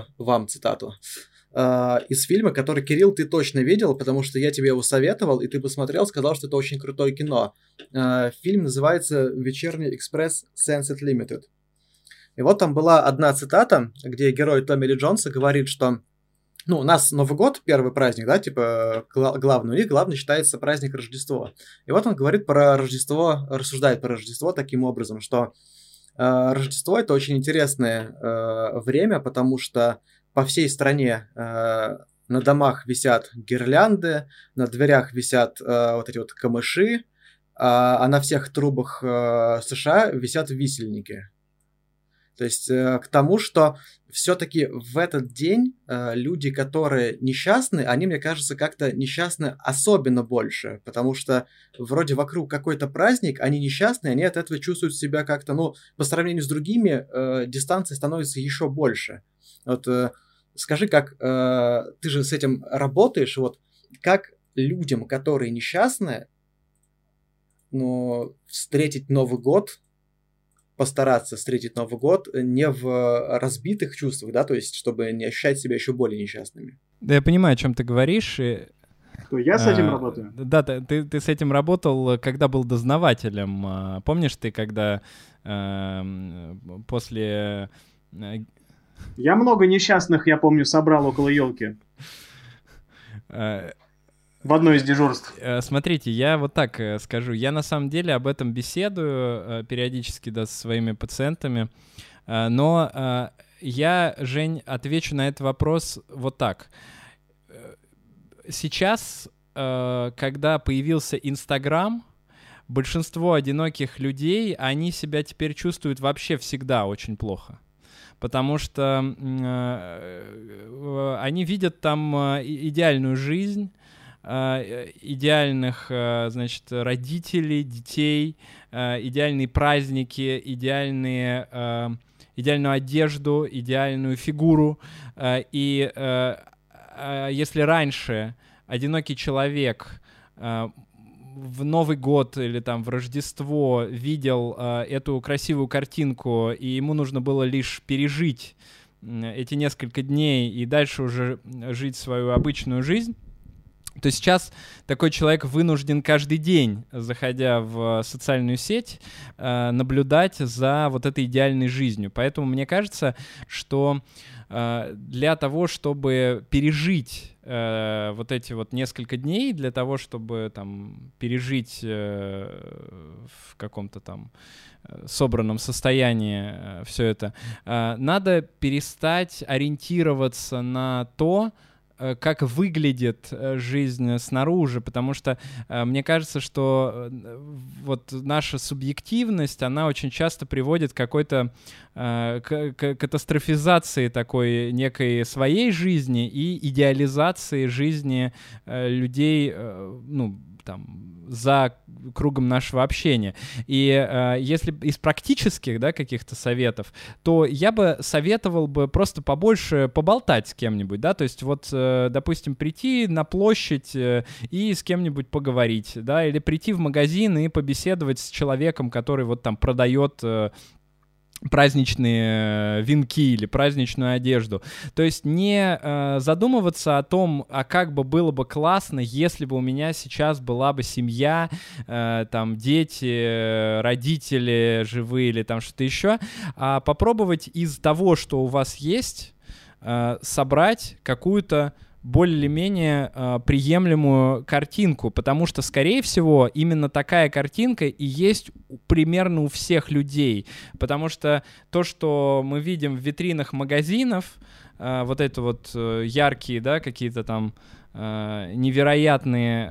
из фильма, который, Кирилл, ты точно видел, потому что я тебе его советовал, и ты посмотрел, сказал, что это очень крутое кино. Фильм называется «Вечерний экспресс Sunset Limited». И вот там была одна цитата, где герой Томми Ли Джонса говорит, что, ну, у нас Новый год, первый праздник, да, типа главный, у них главный считается праздник Рождество. И вот он говорит про Рождество, рассуждает про Рождество таким образом, что Рождество — это очень интересное время, потому что по всей стране на домах висят гирлянды, на дверях висят вот эти вот камыши, а на всех трубах США висят висельники. То есть к тому, что все-таки в этот день люди, которые несчастны, они, мне кажется, как-то несчастны особенно больше, потому что вроде вокруг какой-то праздник, они несчастны, они от этого чувствуют себя как-то, ну, по сравнению с другими, дистанция становится еще больше. Вот скажи, как ты же с этим работаешь, вот как людям, которые несчастны, ну, встретить Новый год, постараться встретить Новый год не в разбитых чувствах, да, то есть чтобы не ощущать себя еще более несчастными. Да, я понимаю, о чем ты говоришь. Что я с этим работаю? Да, ты с этим работал, когда был дознавателем. Помнишь ты, когда после... Я много несчастных, я помню, собрал около елки. В одно из дежурств. Смотрите, я вот так скажу. Я на самом деле об этом беседую периодически, да, со своими пациентами. Но я, Жень, отвечу на этот вопрос вот так. Сейчас, когда появился Инстаграм, большинство одиноких людей, они себя теперь чувствуют вообще всегда очень плохо. Потому что они видят там идеальную жизнь, идеальных, значит, родителей, детей, идеальные праздники, идеальную одежду, идеальную фигуру. И если раньше одинокий человек в Новый год или там в Рождество видел эту красивую картинку, и ему нужно было лишь пережить эти несколько дней и дальше уже жить свою обычную жизнь, то сейчас такой человек вынужден каждый день, заходя в социальную сеть, наблюдать за вот этой идеальной жизнью. Поэтому мне кажется, что для того, чтобы пережить вот эти вот несколько дней, для того, чтобы там пережить в каком-то там собранном состоянии все это, надо перестать ориентироваться на то, как выглядит жизнь снаружи, потому что мне кажется, что вот наша субъективность, она очень часто приводит к какой-то катастрофизации такой некой своей жизни и идеализации жизни людей, ну, там, за кругом нашего общения. И если из практических, да, каких-то советов, то я бы советовал бы просто побольше поболтать с кем-нибудь, да, то есть вот, допустим, прийти на площадь и с кем-нибудь поговорить, да, или прийти в магазин и побеседовать с человеком, который вот там продает праздничные венки или праздничную одежду. То есть не задумываться о том, а как бы было бы классно, если бы у меня сейчас была бы семья, там дети, родители живые или там что-то еще, а попробовать из того, что у вас есть, собрать какую-то более-менее приемлемую картинку, потому что, скорее всего, именно такая картинка и есть примерно у всех людей, потому что то, что мы видим в витринах магазинов, вот это вот яркие, да, какие-то там невероятные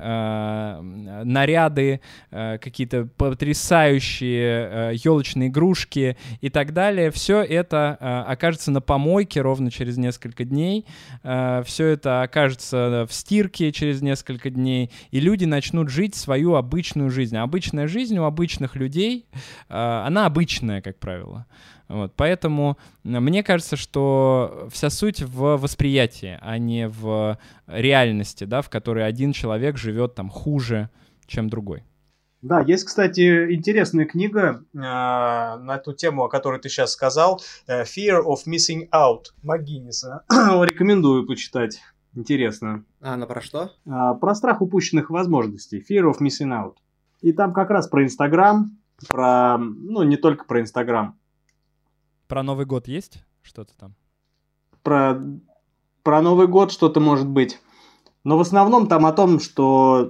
наряды, какие-то потрясающие елочные игрушки и так далее. Все это окажется на помойке ровно через несколько дней. Все это окажется в стирке через несколько дней. И люди начнут жить свою обычную жизнь. А обычная жизнь у обычных людей, она обычная, как правило. Вот, поэтому мне кажется, что вся суть в восприятии, а не в реальности, да, в которой один человек живет там хуже, чем другой. Да, есть, кстати, интересная книга на ту тему, о которой ты сейчас сказал, Fear of Missing Out МакГинниса. Рекомендую почитать. Интересно. Она про что? Про страх упущенных возможностей. Fear of Missing Out. И там как раз про Инстаграм, ну, не только про Инстаграм. Про Новый год есть что-то там? Про Новый год что-то может быть. Но в основном там о том, что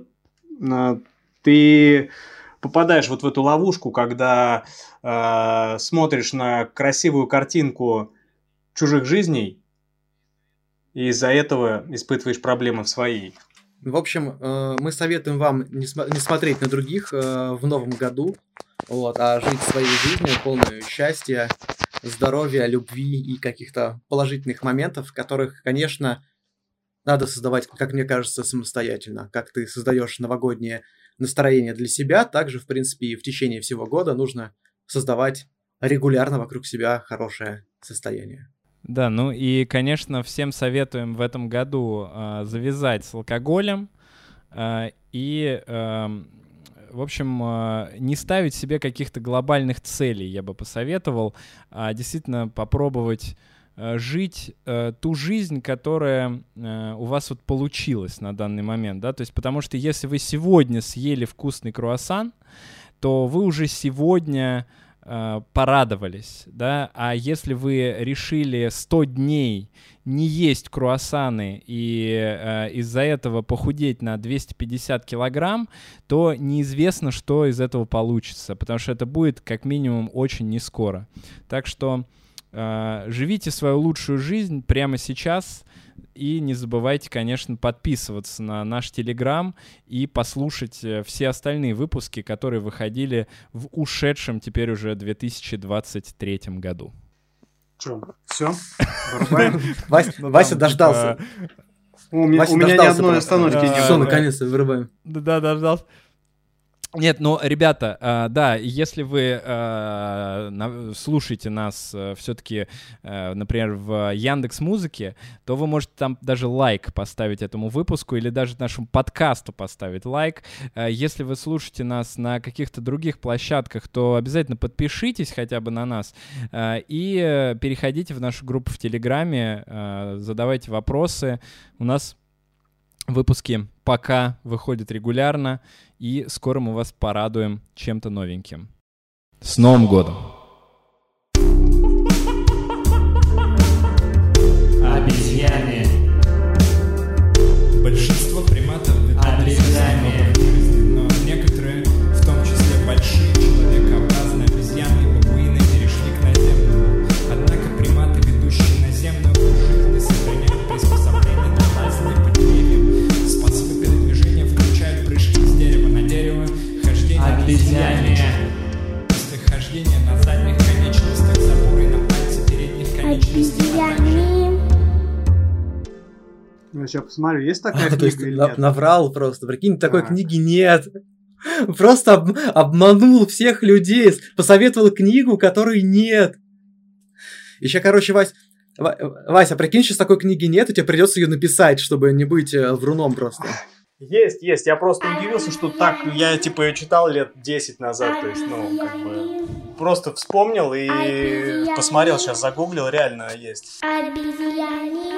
ты попадаешь вот в эту ловушку, когда смотришь на красивую картинку чужих жизней, и из-за этого испытываешь проблемы в своей. В общем, мы советуем вам не смотреть на других в новом году, вот, а жить своей жизнью, полную счастья, здоровья, любви и каких-то положительных моментов, которых, конечно, надо создавать, как мне кажется, самостоятельно. Как ты создаешь новогоднее настроение для себя, также, в принципе, и в течение всего года нужно создавать регулярно вокруг себя хорошее состояние. Да, ну и, конечно, всем советуем в этом году завязать с алкоголем и, в общем, не ставить себе каких-то глобальных целей, я бы посоветовал, а действительно попробовать жить ту жизнь, которая у вас вот получилась на данный момент, да, то есть потому что если вы сегодня съели вкусный круассан, то вы уже сегодня порадовались, да, а если вы решили 100 дней не есть круассаны и из-за этого похудеть на 250 килограмм, то неизвестно, что из этого получится, потому что это будет как минимум очень нескоро. Так что живите свою лучшую жизнь прямо сейчас и не забывайте, конечно, подписываться на наш Телеграм и послушать все остальные выпуски, которые выходили в ушедшем теперь уже 2023 году. Что, все? Вырубаем? Вася дождался. У меня ни одной остановки не было. Все, наконец-то вырубаем. Да, дождался. Нет, ну, ребята, да, если вы слушаете нас все-таки, например, в Яндекс.Музыке, то вы можете там даже лайк поставить этому выпуску или даже нашему подкасту поставить лайк. Если вы слушаете нас на каких-то других площадках, то обязательно подпишитесь хотя бы на нас и переходите в нашу группу в Телеграме, задавайте вопросы. У нас выпуски пока выходят регулярно, и скоро мы вас порадуем чем-то новеньким. С Новым годом! Обезьяне. Большинство приматов Обезьяне. но некоторые, в том числе большие человекообразные обезьяны и бабуины, перешли к наземному. Однако приматы, ведущие наземную жизнь, сохраняют приспособления для лазания по деревьям. Способы передвижения включают прыжки с дерева на дерево, хождение Обезьяне. после хождения на задних конечностях, запоры на пальцы передних конечностей, а также Я сейчас посмотрю, есть такая То есть книга или нет? наврал просто. Прикинь, такой книги нет. Просто обманул всех людей. Посоветовал книгу, которой нет. Еще, короче, Вася, прикинь, сейчас такой книги нет, и тебе придется ее написать, чтобы не быть вруном просто. Есть. Я просто удивился, что так, я типа ее читал лет 10 назад, то есть, ну, как бы, просто вспомнил и посмотрел, сейчас загуглил, реально есть. Обезьяне.